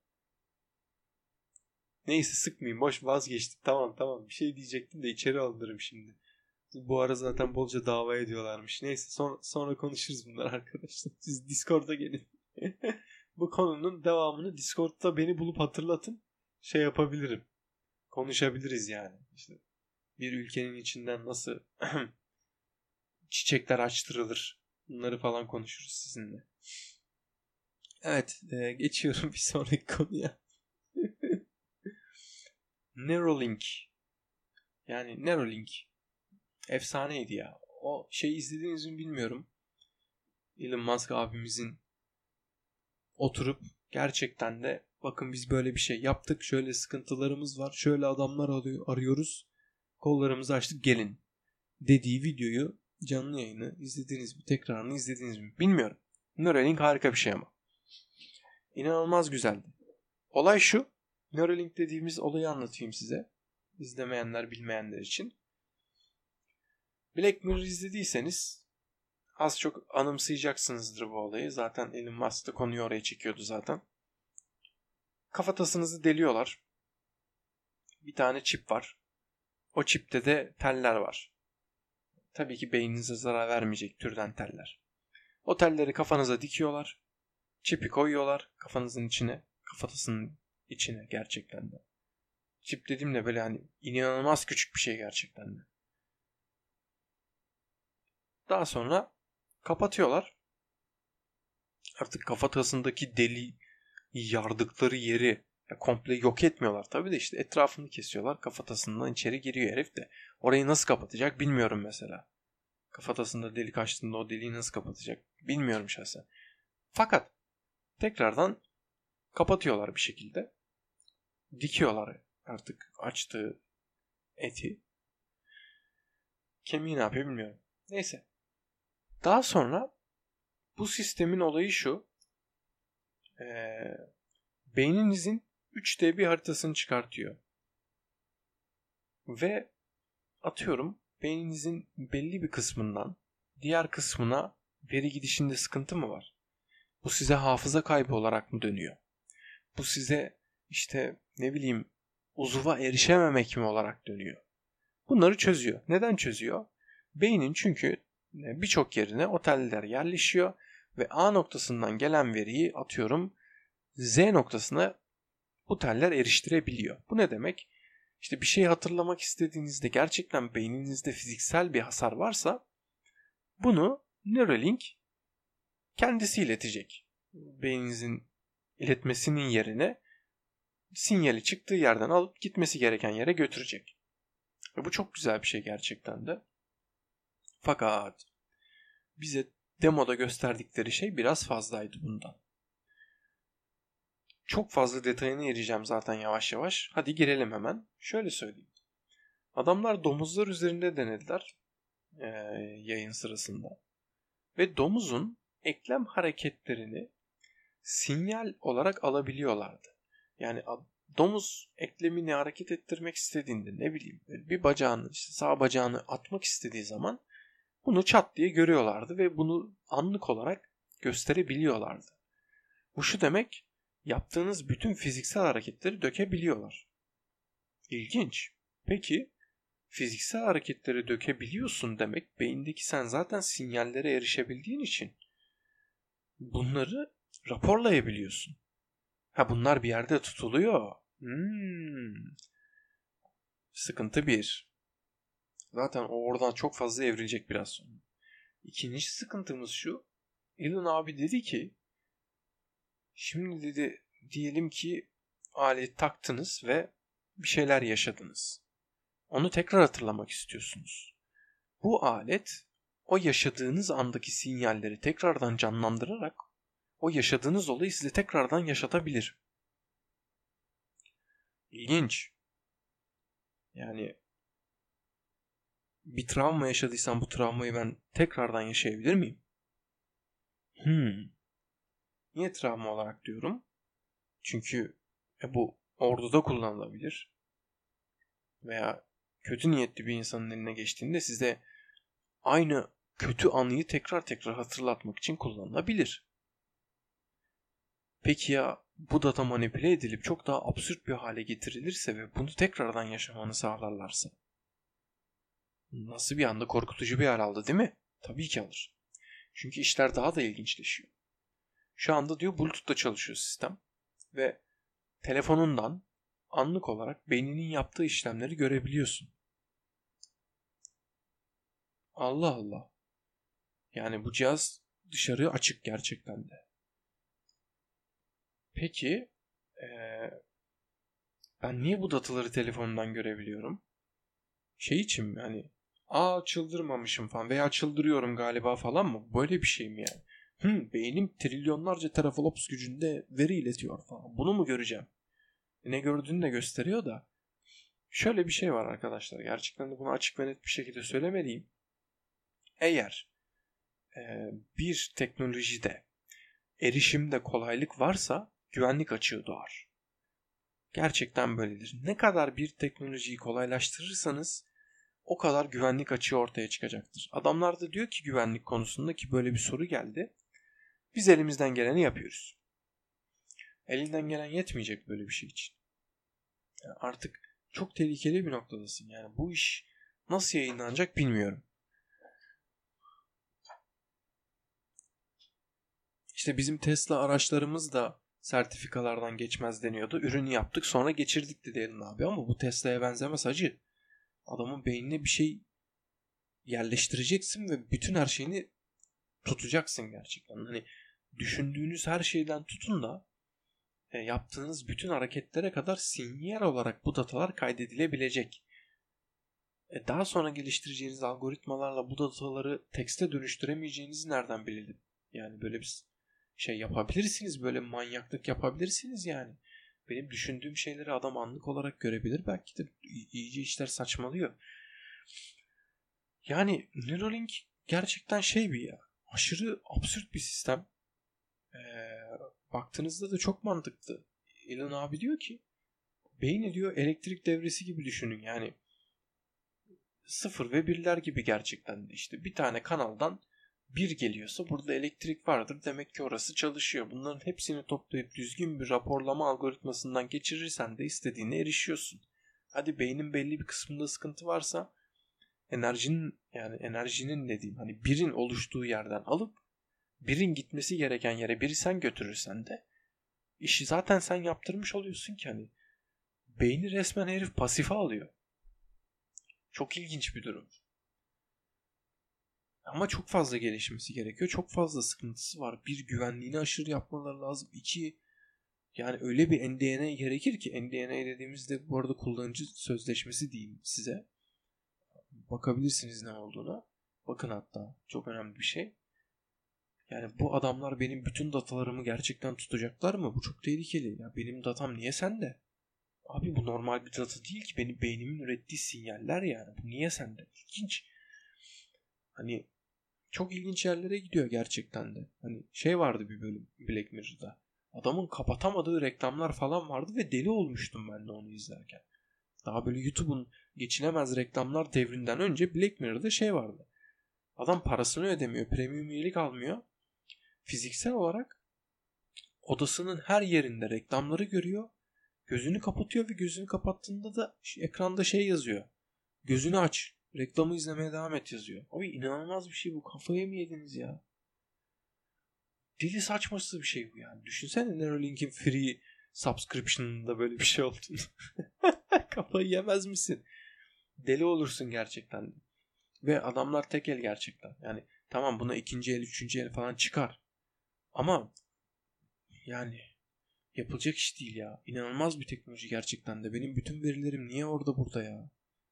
Neyse sıkmayayım. Boş vazgeçtim. Tamam tamam. Bir şey diyecektim de içeri alınırım şimdi. Bu ara zaten bolca dava ediyorlarmış. Neyse sonra, sonra konuşuruz bunlar arkadaşlar. Siz Discord'a gelin. Bu konunun devamını Discord'da beni bulup hatırlatın. Şey yapabilirim. Konuşabiliriz yani. İşte bir ülkenin içinden nasıl çiçekler açtırılır. Bunları falan konuşuruz sizinle. Evet, e, geçiyorum bir sonraki konuya. Neuralink. Yani Neuralink efsaneydi ya. O şey izlediğinizi mi bilmiyorum. Elon Musk abimizin oturup gerçekten de bakın biz böyle bir şey yaptık. Şöyle sıkıntılarımız var. Şöyle adamlar arıyoruz. Kollarımızı açtık gelin dediği videoyu, canlı yayını izlediniz mi? Tekrarını izlediniz mi? Bilmiyorum. Neuralink harika bir şey ama. İnanılmaz güzeldi. Olay şu. Neuralink dediğimiz olayı anlatayım size. İzlemeyenler, bilmeyenler için. Black Mirror izlediyseniz az çok anımsayacaksınızdır bu olayı. Zaten Elon Musk da konuyu oraya çekiyordu zaten. Kafatasınızı deliyorlar. Bir tane çip var. O çipte de teller var. Tabii ki beyninize zarar vermeyecek türden teller. O telleri kafanıza dikiyorlar. Çipi koyuyorlar kafanızın içine. Kafatasının içine gerçekten de. Çip dediğimde böyle hani inanılmaz küçük bir şey gerçekten de. Daha sonra kapatıyorlar. Artık kafatasındaki deli yardıkları yeri ya komple yok etmiyorlar. Tabii de işte etrafını kesiyorlar. Kafatasından içeri giriyor herif de. Orayı nasıl kapatacak bilmiyorum mesela. Kafatasında delik açtığında o deliği nasıl kapatacak bilmiyorum şahsen. Fakat tekrardan kapatıyorlar bir şekilde. Dikiyorlar artık açtığı eti. Kemiği ne yapıyor bilmiyorum. Neyse. Daha sonra bu sistemin olayı şu. Ee, beyninizin üç D bir haritasını çıkartıyor. Ve atıyorum beyninizin belli bir kısmından diğer kısmına veri gidişinde sıkıntı mı var? Bu size hafıza kaybı olarak mı dönüyor? Bu size işte ne bileyim uzuva erişememek mi olarak dönüyor? Bunları çözüyor. Neden çözüyor? Beynin çünkü birçok yerine o teller yerleşiyor ve A noktasından gelen veriyi atıyorum Z noktasına bu teller eriştirebiliyor. Bu ne demek? İşte bir şeyi hatırlamak istediğinizde gerçekten beyninizde fiziksel bir hasar varsa bunu Neuralink kendisi iletecek. Beyninizin iletmesinin yerine sinyali çıktığı yerden alıp gitmesi gereken yere götürecek. Ve bu çok güzel bir şey gerçekten de. Fakat bize demoda gösterdikleri şey biraz fazlaydı bundan. Çok fazla detayına gireceğim zaten yavaş yavaş. Hadi girelim hemen. Şöyle söyleyeyim. Adamlar domuzlar üzerinde denediler e, yayın sırasında. Ve domuzun eklem hareketlerini sinyal olarak alabiliyorlardı. Yani domuz eklemini hareket ettirmek istediğinde ne bileyim bir bacağını işte sağ bacağını atmak istediği zaman bunu çat diye görüyorlardı ve bunu anlık olarak gösterebiliyorlardı. Bu şu demek, yaptığınız bütün fiziksel hareketleri dökebiliyorlar. İlginç. Peki fiziksel hareketleri dökebiliyorsun demek beyindeki sen zaten sinyallere erişebildiğin için bunları raporlayabiliyorsun. Ha bunlar bir yerde tutuluyor. Hmm. Sıkıntı bir. Zaten o oradan çok fazla evrilecek biraz sonra. İkinci sıkıntımız şu. Elon abi dedi ki şimdi dedi diyelim ki alet taktınız ve bir şeyler yaşadınız. Onu tekrar hatırlamak istiyorsunuz. Bu alet o yaşadığınız andaki sinyalleri tekrardan canlandırarak o yaşadığınız olayı size tekrardan yaşatabilir. İlginç. Yani bir travma yaşadıysam bu travmayı ben tekrardan yaşayabilir miyim? Hmm. Niye travma olarak diyorum? Çünkü e, bu orduda kullanılabilir. Veya kötü niyetli bir insanın eline geçtiğinde size aynı kötü anıyı tekrar tekrar hatırlatmak için kullanılabilir. Peki ya bu data manipüle edilip çok daha absürt bir hale getirilirse ve bunu tekrardan yaşamanı sağlarlarsa? nasıl bir anda korkutucu bir hal aldı değil mi? Tabii ki alır. Çünkü işler daha da ilginçleşiyor. Şu anda diyor Bluetooth'ta çalışıyor sistem ve telefonundan anlık olarak beyninin yaptığı işlemleri görebiliyorsun. Allah Allah. Yani bu cihaz dışarı açık gerçekten de. Peki ee, ben niye bu dataları telefonumdan görebiliyorum? Şey için mi? Hani aa çıldırmamışım falan veya çıldırıyorum galiba falan mı? Böyle bir şey mi yani? Hı, beynim trilyonlarca teraflops gücünde veri iletiyor falan. Bunu mu göreceğim? Ne gördüğünü de gösteriyor da. Şöyle bir şey var arkadaşlar. Gerçekten de bunu açık ve net bir şekilde söylemeliyim. Eğer e, bir teknolojide erişimde kolaylık varsa güvenlik açığı doğar. Gerçekten böyledir. Ne kadar bir teknolojiyi kolaylaştırırsanız o kadar güvenlik açığı ortaya çıkacaktır. Adamlar da diyor ki güvenlik konusunda ki böyle bir soru geldi. Biz elimizden geleni yapıyoruz. Elinden gelen yetmeyecek böyle bir şey için. Yani artık çok tehlikeli bir noktadasın. Yani bu iş nasıl yayınlanacak bilmiyorum. İşte bizim Tesla araçlarımız da sertifikalardan geçmez deniyordu. Ürünü yaptık sonra geçirdik dedi Elon abi ama bu Tesla'ya benzemez hacı. Adamın beynine bir şey yerleştireceksin ve bütün her şeyini tutacaksın gerçekten. Hani düşündüğünüz her şeyden tutun da e, yaptığınız bütün hareketlere kadar sinyal olarak bu datalar kaydedilebilecek. E, daha sonra geliştireceğiniz algoritmalarla bu dataları tekste dönüştüremeyeceğinizi nereden bilelim? Yani böyle bir şey yapabilirsiniz, böyle manyaklık yapabilirsiniz yani. Benim düşündüğüm şeyleri adam anlık olarak görebilir. Belki de iyice işler saçmalıyor. Yani Neuralink gerçekten şey bir ya. Aşırı absürt bir sistem. Ee, baktığınızda da çok mantıklı. Elon abi diyor ki beyni diyor elektrik devresi gibi düşünün. Yani sıfır ve birler gibi gerçekten de işte bir tane kanaldan bir geliyorsa burada elektrik vardır. Demek ki orası çalışıyor. Bunların hepsini toplayıp düzgün bir raporlama algoritmasından geçirirsen de istediğine erişiyorsun. Hadi beynin belli bir kısmında sıkıntı varsa enerjinin yani enerjinin ne diyeyim hani birin oluştuğu yerden alıp birin gitmesi gereken yere biri sen götürürsen de işi zaten sen yaptırmış oluyorsun ki hani beyni resmen herif pasife alıyor. Çok ilginç bir durum. Ama çok fazla gelişmesi gerekiyor. Çok fazla sıkıntısı var. Bir, güvenliğini aşırı yapmaları lazım. İki, yani öyle bir N D N A gerekir ki N D N A dediğimizde bu arada kullanıcı sözleşmesi diyeyim size. Bakabilirsiniz ne olduğuna. Bakın hatta çok önemli bir şey. Yani bu adamlar benim bütün datalarımı gerçekten tutacaklar mı? Bu çok tehlikeli. Ya benim datam niye sende? Abi bu normal bir data değil ki. Benim beynimin ürettiği sinyaller yani. Bu niye sende? İlginç. Hani çok ilginç yerlere gidiyor gerçekten de. Hani şey vardı bir bölüm Black Mirror'da. Adamın kapatamadığı reklamlar falan vardı ve deli olmuştum ben de onu izlerken. Daha böyle YouTube'un geçilemez reklamlar devrinden önce Black Mirror'da şey vardı. Adam parasını ödemiyor, premium üyelik almıyor. Fiziksel olarak odasının her yerinde reklamları görüyor. Gözünü kapatıyor ve gözünü kapattığında da ekranda şey yazıyor. Gözünü aç. Reklamı izlemeye devam et yazıyor. Abi inanılmaz bir şey bu. Kafayı mı yediniz ya? Deli saçması bir şey bu yani. Düşünsene Neuralink'in free subscription'ında böyle bir şey olduğunu. Kafayı yemez misin? Deli olursun gerçekten. Ve adamlar tek el gerçekten. Yani tamam buna ikinci el, üçüncü el falan çıkar. Ama yani yapılacak iş değil ya. İnanılmaz bir teknoloji gerçekten de. Benim bütün verilerim niye orada burada ya?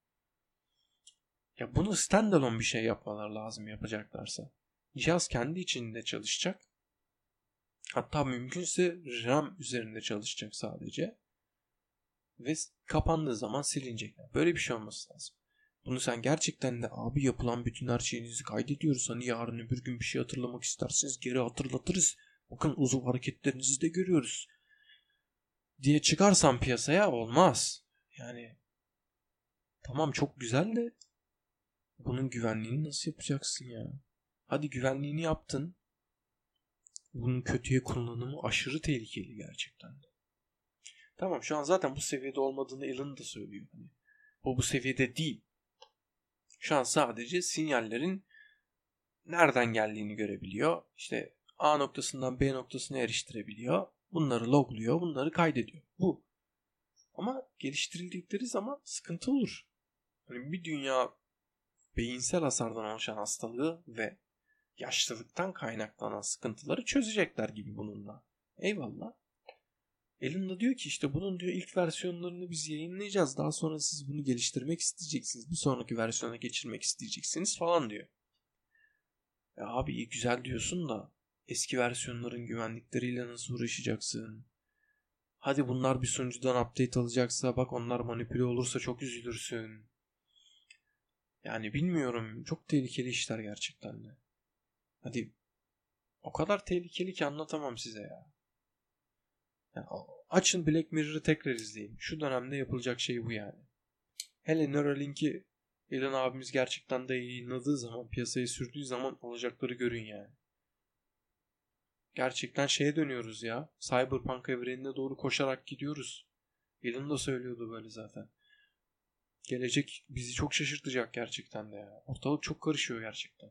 Ya bunu standalone bir şey yapmalar lazım yapacaklarsa. Cihaz kendi içinde çalışacak. Hatta mümkünse RAM üzerinde çalışacak sadece. Ve kapandığı zaman silinecek. Böyle bir şey olması lazım. Bunu sen gerçekten de abi yapılan bütün her şeyinizi kaydediyoruz. Hani yarın öbür gün bir şey hatırlamak isterseniz geri hatırlatırız. Bakın uzuv hareketlerinizi de görüyoruz. Diye çıkarsan piyasaya olmaz. Yani tamam çok güzel de bunun güvenliğini nasıl yapacaksın ya? Hadi güvenliğini yaptın. Bunun kötüye kullanımı aşırı tehlikeli gerçekten de. Tamam şu an zaten bu seviyede olmadığını Elon da söylüyor. Hani, o bu seviyede değil. Şu an sadece sinyallerin nereden geldiğini görebiliyor. İşte A noktasından B noktasına eriştirebiliyor. Bunları logluyor, bunları kaydediyor. Bu. Ama geliştirildikleri zaman sıkıntı olur. Hani bir dünya beyinsel hasardan oluşan hastalığı ve yaşlılıktan kaynaklanan sıkıntıları çözecekler gibi bununla. Eyvallah. Elon da diyor ki işte bunun diyor ilk versiyonlarını biz yayınlayacağız. Daha sonra siz bunu geliştirmek isteyeceksiniz. Bir sonraki versiyona geçirmek isteyeceksiniz falan diyor. Ya abi iyi güzel diyorsun da eski versiyonların güvenlikleriyle nasıl uğraşacaksın? Hadi bunlar bir sunucudan update alacaksa bak onlar manipüle olursa çok üzülürsün. Yani bilmiyorum, çok tehlikeli işler gerçekten de. Hadi o kadar tehlikeli ki anlatamam size ya. Yani açın Black Mirror'ı tekrar izleyin. Şu dönemde yapılacak şey bu yani. Hele Neuralink'i Elon abimiz gerçekten de yayınladığı zaman, piyasaya sürdüğü zaman olacakları görün yani. Gerçekten şeye dönüyoruz ya. Cyberpunk evrenine doğru koşarak gidiyoruz. Elon da söylüyordu böyle zaten. Gelecek bizi çok şaşırtacak gerçekten de ya. Ortalık çok karışıyor gerçekten.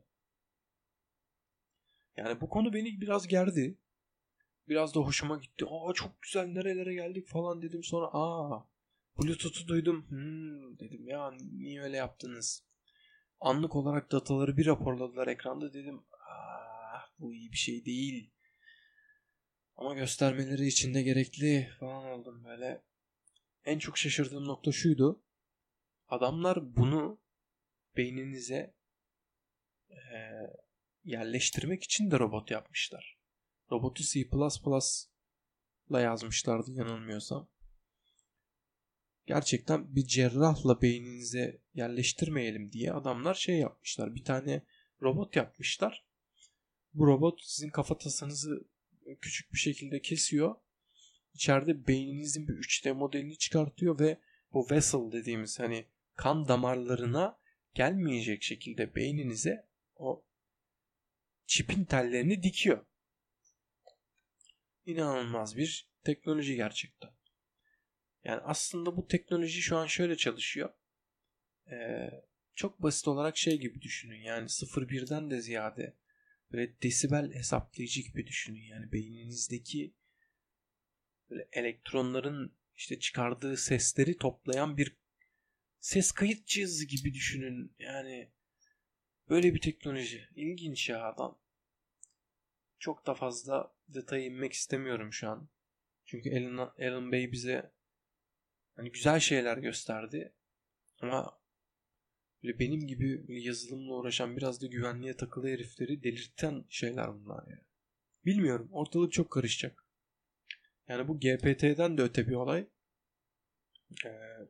Yani bu konu beni biraz gerdi. Biraz da hoşuma gitti. Aa çok güzel, nerelere geldik falan dedim. Sonra aa Bluetooth'u duydum. Hmm, dedim ya niye öyle yaptınız? Anlık olarak dataları bir raporladılar ekranda, dedim. Aa bu iyi bir şey değil. Ama göstermeleri için de gerekli falan oldum böyle. En çok şaşırdığım nokta şuydu. Adamlar bunu beyninize e, yerleştirmek için de robot yapmışlar. Robotu C plus plus'la yazmışlardı yanılmıyorsam. Gerçekten bir cerrahla beyninize yerleştirmeyelim diye adamlar şey yapmışlar. Bir tane robot yapmışlar. Bu robot sizin kafatasınızı küçük bir şekilde kesiyor. İçeride beyninizin bir üç D modelini çıkartıyor ve bu vessel dediğimiz hani kan damarlarına gelmeyecek şekilde beyninize o çipin tellerini dikiyor. İnanılmaz bir teknoloji gerçekten. Yani aslında bu teknoloji şu an şöyle çalışıyor. Ee, çok basit olarak şey gibi düşünün. Yani sıfır birden de ziyade böyle desibel hesaplayıcı gibi düşünün. Yani beyninizdeki böyle elektronların işte çıkardığı sesleri toplayan bir ses kayıt cihazı gibi düşünün. Yani böyle bir teknoloji. İlginç ya adam. Çok da fazla detaya inmek istemiyorum şu an. Çünkü Elon, Elon Bey bize hani güzel şeyler gösterdi. Ama böyle benim gibi yazılımla uğraşan biraz da güvenliğe takılı herifleri delirten şeyler bunlar ya. Bilmiyorum. Ortalık çok karışacak. Yani bu G P T'den de öte bir olay. Ee,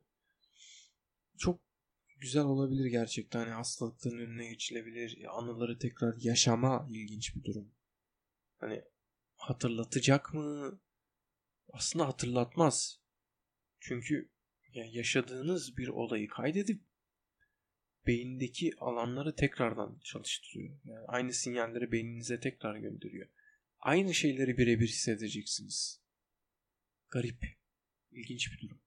çok güzel olabilir gerçekten. Hani hastalıkların önüne geçilebilir. Anıları tekrar yaşama ilginç bir durum. Hani hatırlatacak mı? Aslında hatırlatmaz. Çünkü ya yaşadığınız bir olayı kaydedip beyindeki alanları tekrardan çalıştırıyor. Yani aynı sinyalleri beyninize tekrar gönderiyor. Aynı şeyleri birebir hissedeceksiniz. Garip. İlginç bir durum.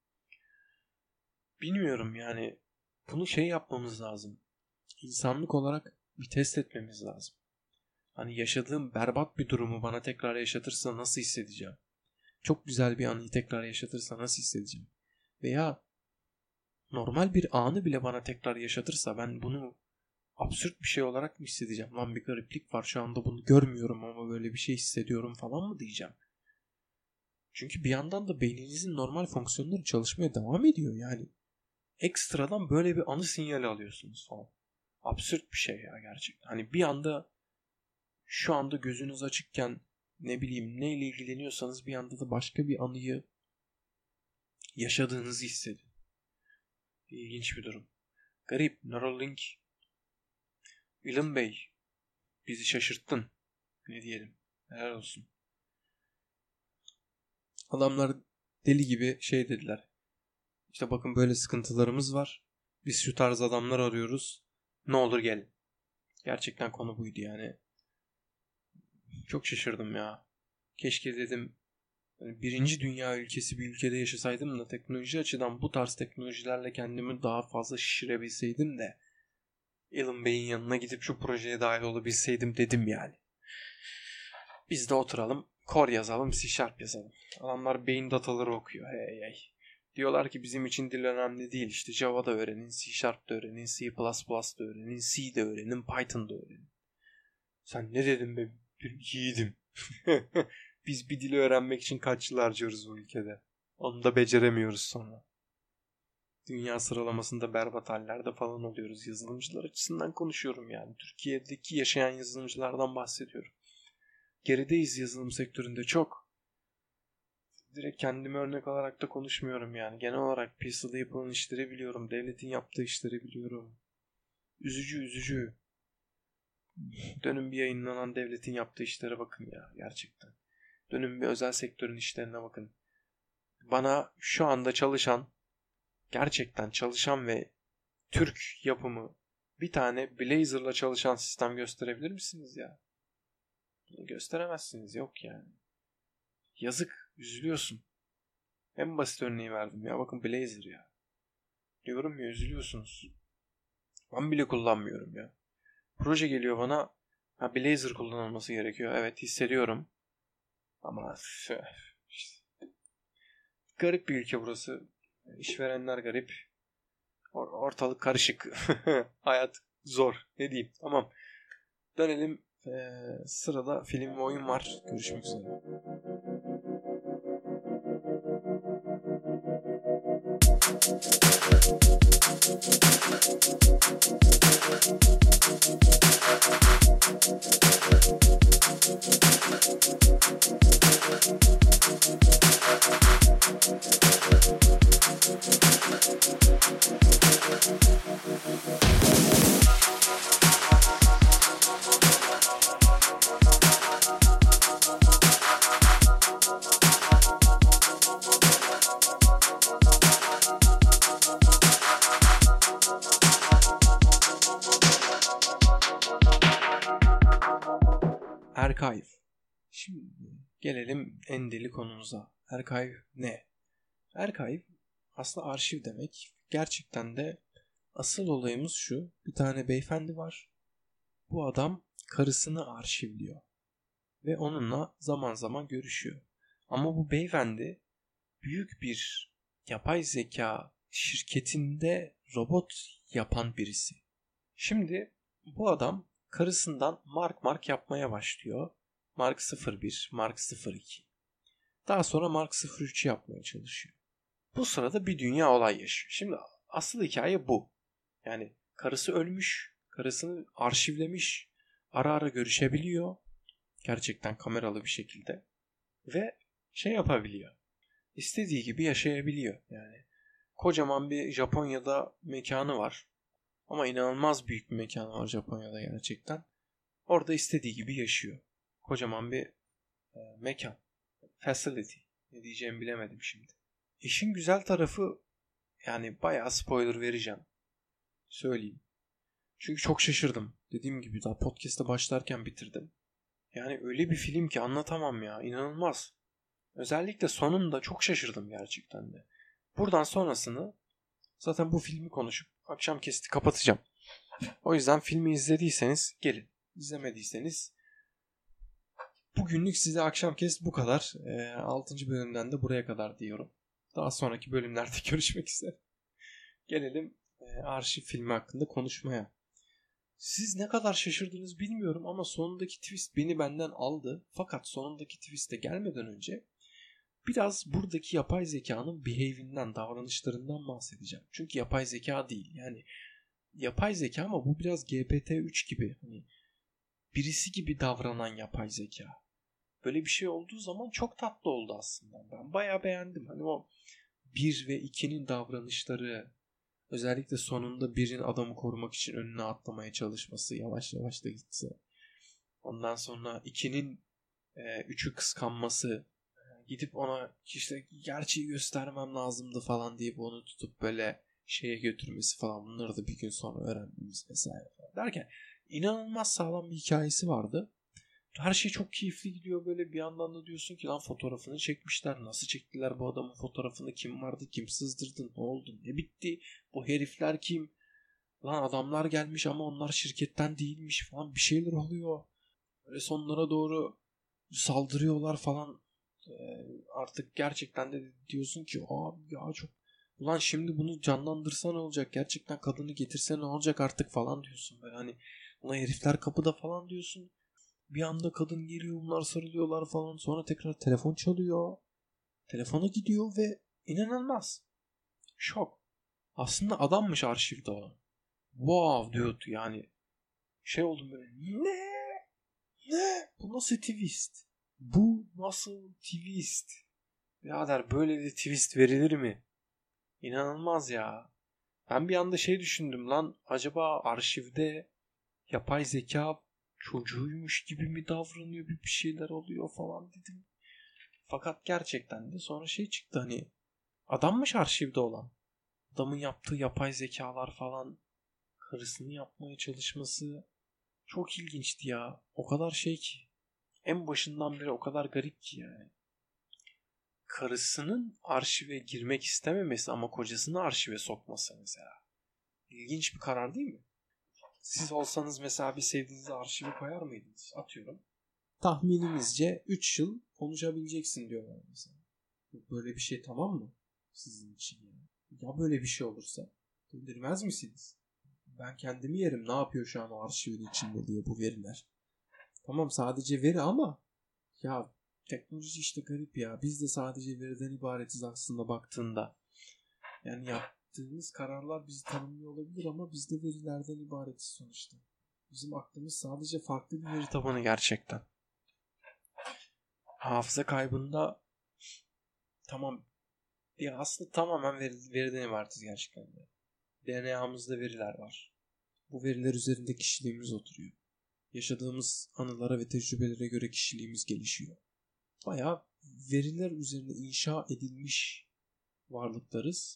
Bilmiyorum yani. Bunu şey yapmamız lazım. İnsanlık olarak bir test etmemiz lazım. Hani yaşadığım berbat bir durumu bana tekrar yaşatırsa nasıl hissedeceğim? Çok güzel bir anıyı tekrar yaşatırsa nasıl hissedeceğim? Veya normal bir anı bile bana tekrar yaşatırsa ben bunu absürt bir şey olarak mı hissedeceğim? Lan bir gariplik var, şu anda bunu görmüyorum ama böyle bir şey hissediyorum falan mı diyeceğim? Çünkü bir yandan da beyninizin normal fonksiyonları çalışmaya devam ediyor yani. Ekstradan böyle bir anı sinyali alıyorsunuz falan. Absürt bir şey ya gerçekten. Hani bir anda şu anda gözünüz açıkken ne bileyim neyle ilgileniyorsanız bir anda da başka bir anıyı yaşadığınızı hissedin. İlginç bir durum. Garip. Neuralink. Elon Bey, bizi şaşırttın. Ne diyelim. Helal olsun. Adamlar deli gibi şey dediler. İşte bakın böyle sıkıntılarımız var. Biz şu tarz adamlar arıyoruz. Ne olur gelin. Gerçekten konu buydu yani. Çok şaşırdım ya. Keşke dedim birinci dünya ülkesi bir ülkede yaşasaydım da teknoloji açıdan bu tarz teknolojilerle kendimi daha fazla şişirebilseydim de Alan Bey'in yanına gidip şu projeye dahil olabilseydim dedim yani. Biz de oturalım, core yazalım, C Sharp yazalım. Adamlar beyin dataları okuyor. Hey hey. Diyorlar ki bizim için dil önemli değil. İşte Java'da öğrenin, C Sharp'da öğrenin, C plus plus'da öğrenin, C'de öğrenin, Python'da öğrenin. Sen ne dedin be? Bir yiğidim. Biz bir dili öğrenmek için kaç yıl harcıyoruz bu ülkede. Onu da beceremiyoruz sonra. Dünya sıralamasında berbat hallerde falan oluyoruz. Yazılımcılar açısından konuşuyorum yani. Türkiye'deki yaşayan yazılımcılardan bahsediyorum. Gerideyiz yazılım sektöründe çok. Direkt kendime örnek alarak da konuşmuyorum yani. Genel olarak piyasada yapılan işleri biliyorum. Devletin yaptığı işleri biliyorum. Üzücü üzücü. Dönün bir yayınlanan devletin yaptığı işlere bakın ya gerçekten. Dönün bir özel sektörün işlerine bakın. Bana şu anda çalışan, gerçekten çalışan ve Türk yapımı bir tane Blazor'la çalışan sistem gösterebilir misiniz ya? Bunu gösteremezsiniz, yok yani. Yazık, üzülüyorsun. En basit örneği verdim ya, bakın Blazor ya. Diyorum ya, üzülüyorsunuz. Ben bile kullanmıyorum ya. Proje geliyor bana, ha Blazor kullanılması gerekiyor. Evet, hissediyorum. Ama işte, garip bir ülke burası. İşverenler garip. Ortalık karışık. Hayat zor. Ne diyeyim? Tamam. Dönelim. Ee, sırada film ve oyun var. Görüşmek üzere. Archive. Şimdi gelelim en deli konumuza. Archive ne? Archive aslında arşiv demek. Gerçekten de asıl olayımız şu. Bir tane beyefendi var. Bu adam karısını arşivliyor. Ve onunla zaman zaman görüşüyor. Ama bu beyefendi büyük bir yapay zeka şirketinde robot yapan birisi. Şimdi bu adam karısından mark mark yapmaya başlıyor. Mark sıfır bir, Mark sıfır iki. Daha sonra Mark sıfır üçü yapmaya çalışıyor. Bu sırada bir dünya olay yaşıyor. Şimdi asıl hikaye bu. Yani karısı ölmüş, karısını arşivlemiş, ara ara görüşebiliyor. Gerçekten kameralı bir şekilde. Ve şey yapabiliyor. İstediği gibi yaşayabiliyor. Yani kocaman bir Japonya'da mekanı var. Ama inanılmaz büyük bir mekanı var Japonya'da gerçekten. Orada istediği gibi yaşıyor. Kocaman bir e, mekan. Facility. Ne diyeceğimi bilemedim şimdi. İşin güzel tarafı, yani bayağı spoiler vereceğim. Söyleyeyim. Çünkü çok şaşırdım. Dediğim gibi daha podcast'a başlarken bitirdim. Yani öyle bir film ki anlatamam ya. İnanılmaz. Özellikle sonunda çok şaşırdım gerçekten de. Buradan sonrasını zaten bu filmi konuşup akşam kesti kapatacağım. O yüzden filmi izlediyseniz gelin. İzlemediyseniz bugünlük size akşam kest bu kadar. E, altıncı bölümden de buraya kadar diyorum. Daha sonraki bölümlerde görüşmek üzere. Gelelim e, arşiv filmi hakkında konuşmaya. Siz ne kadar şaşırdınız bilmiyorum ama sonundaki twist beni benden aldı. Fakat sonundaki twist'e gelmeden önce biraz buradaki yapay zekanın behavior'ından, davranışlarından bahsedeceğim. Çünkü yapay zeka değil. Yani yapay zeka ama bu biraz G P T üç gibi. Hani birisi gibi davranan yapay zeka. Böyle bir şey olduğu zaman çok tatlı oldu aslında. Ben bayağı beğendim. Hani o bir ve ikinin davranışları, özellikle sonunda birin adamı korumak için önüne atlamaya çalışması, yavaş yavaş da gitse. Ondan sonra ikinin e, üçü kıskanması, gidip ona işte gerçeği göstermem lazımdı falan deyip onu tutup böyle şeye götürmesi falan, bunları da bir gün sonra öğrenmemiz vesaire falan derken inanılmaz sağlam bir hikayesi vardı. Her şey çok keyifli gidiyor böyle, bir yandan da diyorsun ki lan fotoğrafını çekmişler, nasıl çektiler bu adamın fotoğrafını, kim vardı, kim sızdırdı, ne oldu, ne bitti, bu herifler kim, Lan adamlar gelmiş ama onlar şirketten değilmiş falan, bir şeyler oluyor. Böyle sonlara doğru saldırıyorlar falan. Ee, artık gerçekten de diyorsun ki abi ya çok, ulan şimdi bunu canlandırsa ne olacak, gerçekten kadını getirse ne olacak artık falan diyorsun. Böyle hani ulan herifler kapıda falan diyorsun. Bir anda kadın geliyor, bunlar sarılıyorlar falan, sonra tekrar telefon çalıyor. Telefona gidiyor ve inanılmaz. Şok. Aslında adammış arşivde olan. Wow diyordu yani. Şey oldum böyle. Ne? Ne? Bu nasıl twist? Bu nasıl twist? Birader böyle bir twist verilir mi? İnanılmaz ya. Ben bir anda şey düşündüm lan. Acaba arşivde yapay zeka çocuğuymuş gibi mi davranıyor? Bir şeyler oluyor falan dedim. Fakat gerçekten de sonra şey çıktı, hani adammış arşivde olan. Adamın yaptığı yapay zekalar falan, karısını yapmaya çalışması çok ilginçti ya. O kadar şey ki. En başından beri o kadar garip ki yani. Karısının arşive girmek istememesi ama kocasını arşive sokması mesela. İlginç bir karar değil mi? Siz olsanız mesela bir sevdiğinizi arşive koyar mıydınız? Atıyorum. Tahminimizce üç yıl konuşabileceksin diyorlar mesela. Böyle bir şey tamam mı? Sizin için yani. Ya böyle bir şey olursa göndermez misiniz? Ben kendimi yerim. Ne yapıyor şu an o arşivin içinde diye bu veriler. Tamam sadece veri ama ya teknoloji işte garip ya. Biz de sadece veriden ibaretiz aslında baktığında. Yani yaptığımız kararlar bizi tanımlıyor olabilir ama biz de verilerden ibaretiz sonuçta. Bizim aklımız sadece farklı bir veri tabanı gerçekten. Hafıza kaybında tamam ya, aslında tamamen veri, veriden ibaretiz gerçekten. D N A'mızda veriler var. Bu veriler üzerinde kişiliğimiz oturuyor. Yaşadığımız anılara ve tecrübelere göre kişiliğimiz gelişiyor. Bayağı veriler üzerine inşa edilmiş varlıklarız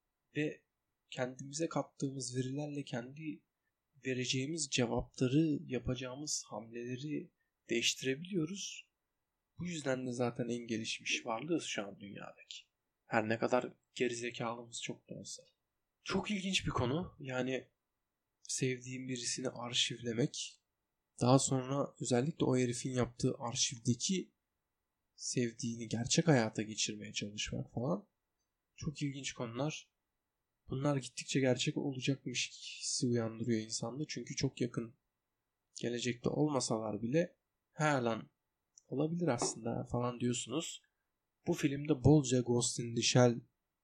ve kendimize kattığımız verilerle kendi vereceğimiz cevapları, yapacağımız hamleleri değiştirebiliyoruz. Bu yüzden de zaten en gelişmiş varlığız şu an dünyadaki. Her ne kadar gerizekalımız çok da olsa. Çok ilginç bir konu. Yani sevdiğim birisini arşivlemek, daha sonra özellikle o herifin yaptığı arşivdeki sevdiğini gerçek hayata geçirmeye çalışmak falan. Çok ilginç konular. Bunlar gittikçe gerçek olacakmış hissi uyandırıyor insanda. Çünkü çok yakın gelecekte olmasalar bile her an olabilir aslında falan diyorsunuz. Bu filmde bolca Ghost in the Shell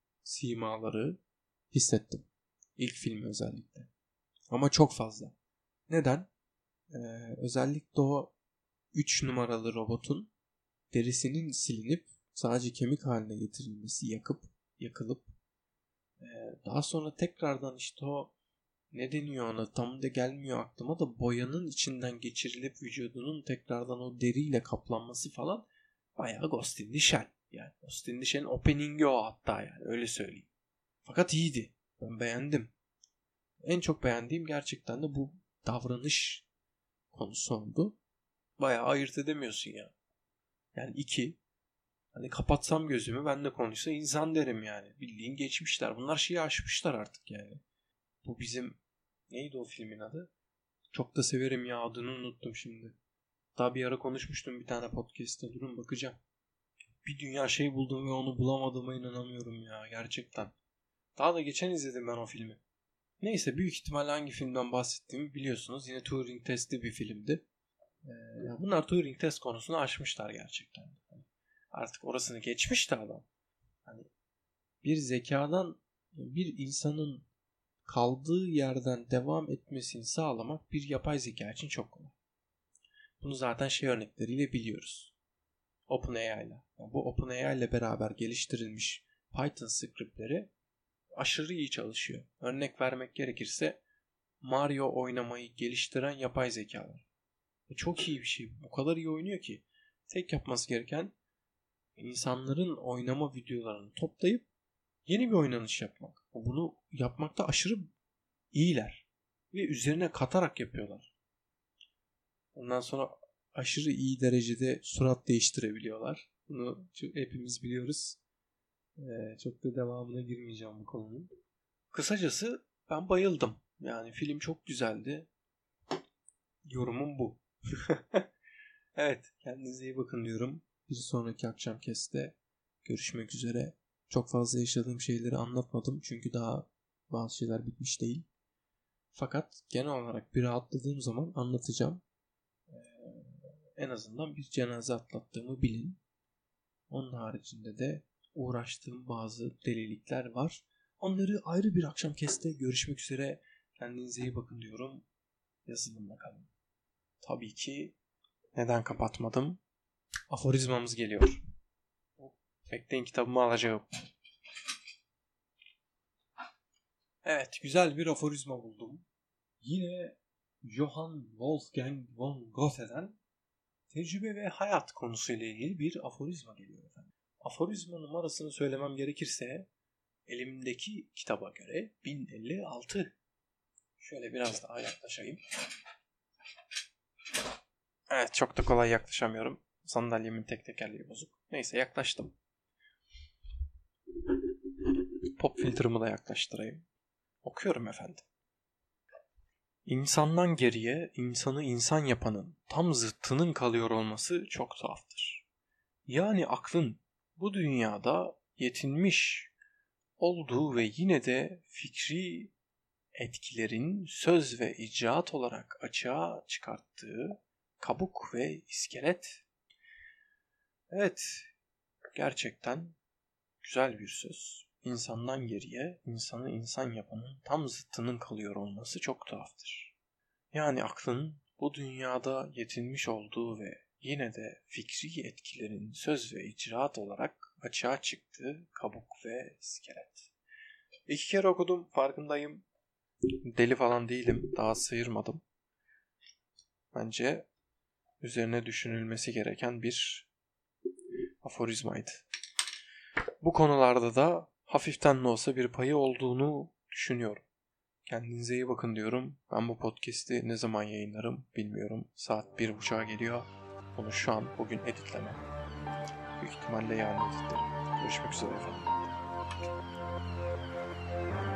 simaları hissettim. İlk film özellikle. Ama çok fazla. Neden? Ee, özellikle o üç numaralı robotun derisinin silinip sadece kemik haline getirilmesi, yakıp yakılıp ee, daha sonra tekrardan işte o, ne deniyor ona tam da gelmiyor aklıma da, boyanın içinden geçirilip vücudunun tekrardan o deriyle kaplanması falan bayağı Ghost in the Shell. Yani Ghost in the Shell'in opening'i o hatta, yani öyle söyleyeyim. Fakat iyiydi. Ben beğendim. En çok beğendiğim gerçekten de bu davranış konusu oldu. Bayağı ayırt edemiyorsun ya. Yani iki, hani kapatsam gözümü ben de konuşsa insan derim yani. Bildiğin geçmişler. Bunlar şeyi aşmışlar artık yani. Bu bizim neydi o filmin adı? Çok da severim ya, adını unuttum şimdi. Daha bir ara konuşmuştum bir tane podcast'ta, durun bakacağım. Bir dünya şey buldum ve onu bulamadığıma inanamıyorum ya gerçekten. Daha da geçen izledim ben o filmi. Neyse, büyük ihtimalle hangi filmden bahsettiğimi biliyorsunuz. Yine Turing testi bir filmdi. Ee, bunlar Turing test konusunu aşmışlar gerçekten. Artık orasını geçmişti adam. Hani bir zekadan bir insanın kaldığı yerden devam etmesini sağlamak bir yapay zeka için çok kolay. Bunu zaten şey örnekleriyle biliyoruz. OpenAI ile. Yani bu OpenAI ile beraber geliştirilmiş Python scriptleri aşırı iyi çalışıyor. Örnek vermek gerekirse Mario oynamayı geliştiren yapay zekalar. Çok iyi bir şey. O kadar iyi oynuyor ki tek yapması gereken insanların oynama videolarını toplayıp yeni bir oynanış yapmak. Bunu yapmakta aşırı iyiler ve üzerine katarak yapıyorlar. Ondan sonra aşırı iyi derecede surat değiştirebiliyorlar. Bunu hepimiz biliyoruz. Ee, çok da devamına girmeyeceğim bu konunun. Kısacası ben bayıldım. Yani film çok güzeldi. Yorumum bu. Evet, kendinize iyi bakın diyorum. Bir sonraki akşam keste görüşmek üzere. Çok fazla yaşadığım şeyleri anlatmadım çünkü daha bazı şeyler bitmiş değil. Fakat genel olarak bir rahatladığım zaman anlatacağım. Ee, en azından bir cenaze atlattığımı bilin. Onun haricinde de uğraştığım bazı delilikler var. Onları ayrı bir akşam keste görüşmek üzere. Kendinize iyi bakın diyorum. Yazılımla kalın. Tabii ki neden kapatmadım? Aforizmamız geliyor. Bekleyin, kitabımı alacağım. Evet, güzel bir aforizma buldum. Yine Johann Wolfgang von Goethe'den tecrübe ve hayat konusuyla ilgili bir aforizma geliyor efendim. Aforizma numarasını söylemem gerekirse elimdeki kitaba göre bin elli altı. Şöyle biraz daha yaklaşayım. Evet, çok da kolay yaklaşamıyorum. Sandalyemin tek tekerleği bozuk. Neyse, yaklaştım. Pop filtremi da yaklaştırayım. Okuyorum efendim. İnsandan geriye insanı insan yapanın tam zıttının kalıyor olması çok tuhaftır. Yani aklın bu dünyada yetinmiş olduğu ve yine de fikri etkilerin söz ve icraat olarak açığa çıkarttığı kabuk ve iskelet. Evet, gerçekten güzel bir söz. İnsandan geriye insanı insan yapanın tam zıttının kalıyor olması çok tuhaftır. Yani aklın bu dünyada yetinmiş olduğu ve yine de fikri etkilerin söz ve icraat olarak açığa çıktığı kabuk ve iskelet. İki kere okudum, farkındayım. Deli falan değilim, daha sıyırmadım. Bence üzerine düşünülmesi gereken bir aforizmaydı. Bu konularda da hafiften de olsa bir payı olduğunu düşünüyorum. Kendinize iyi bakın diyorum. Ben bu podcast'i ne zaman yayınlarım bilmiyorum. Saat bir buçuğa geliyor. Bunu şu an bugün editlemem. Büyük ihtimalle yarın editlerim. Görüşmek üzere efendim.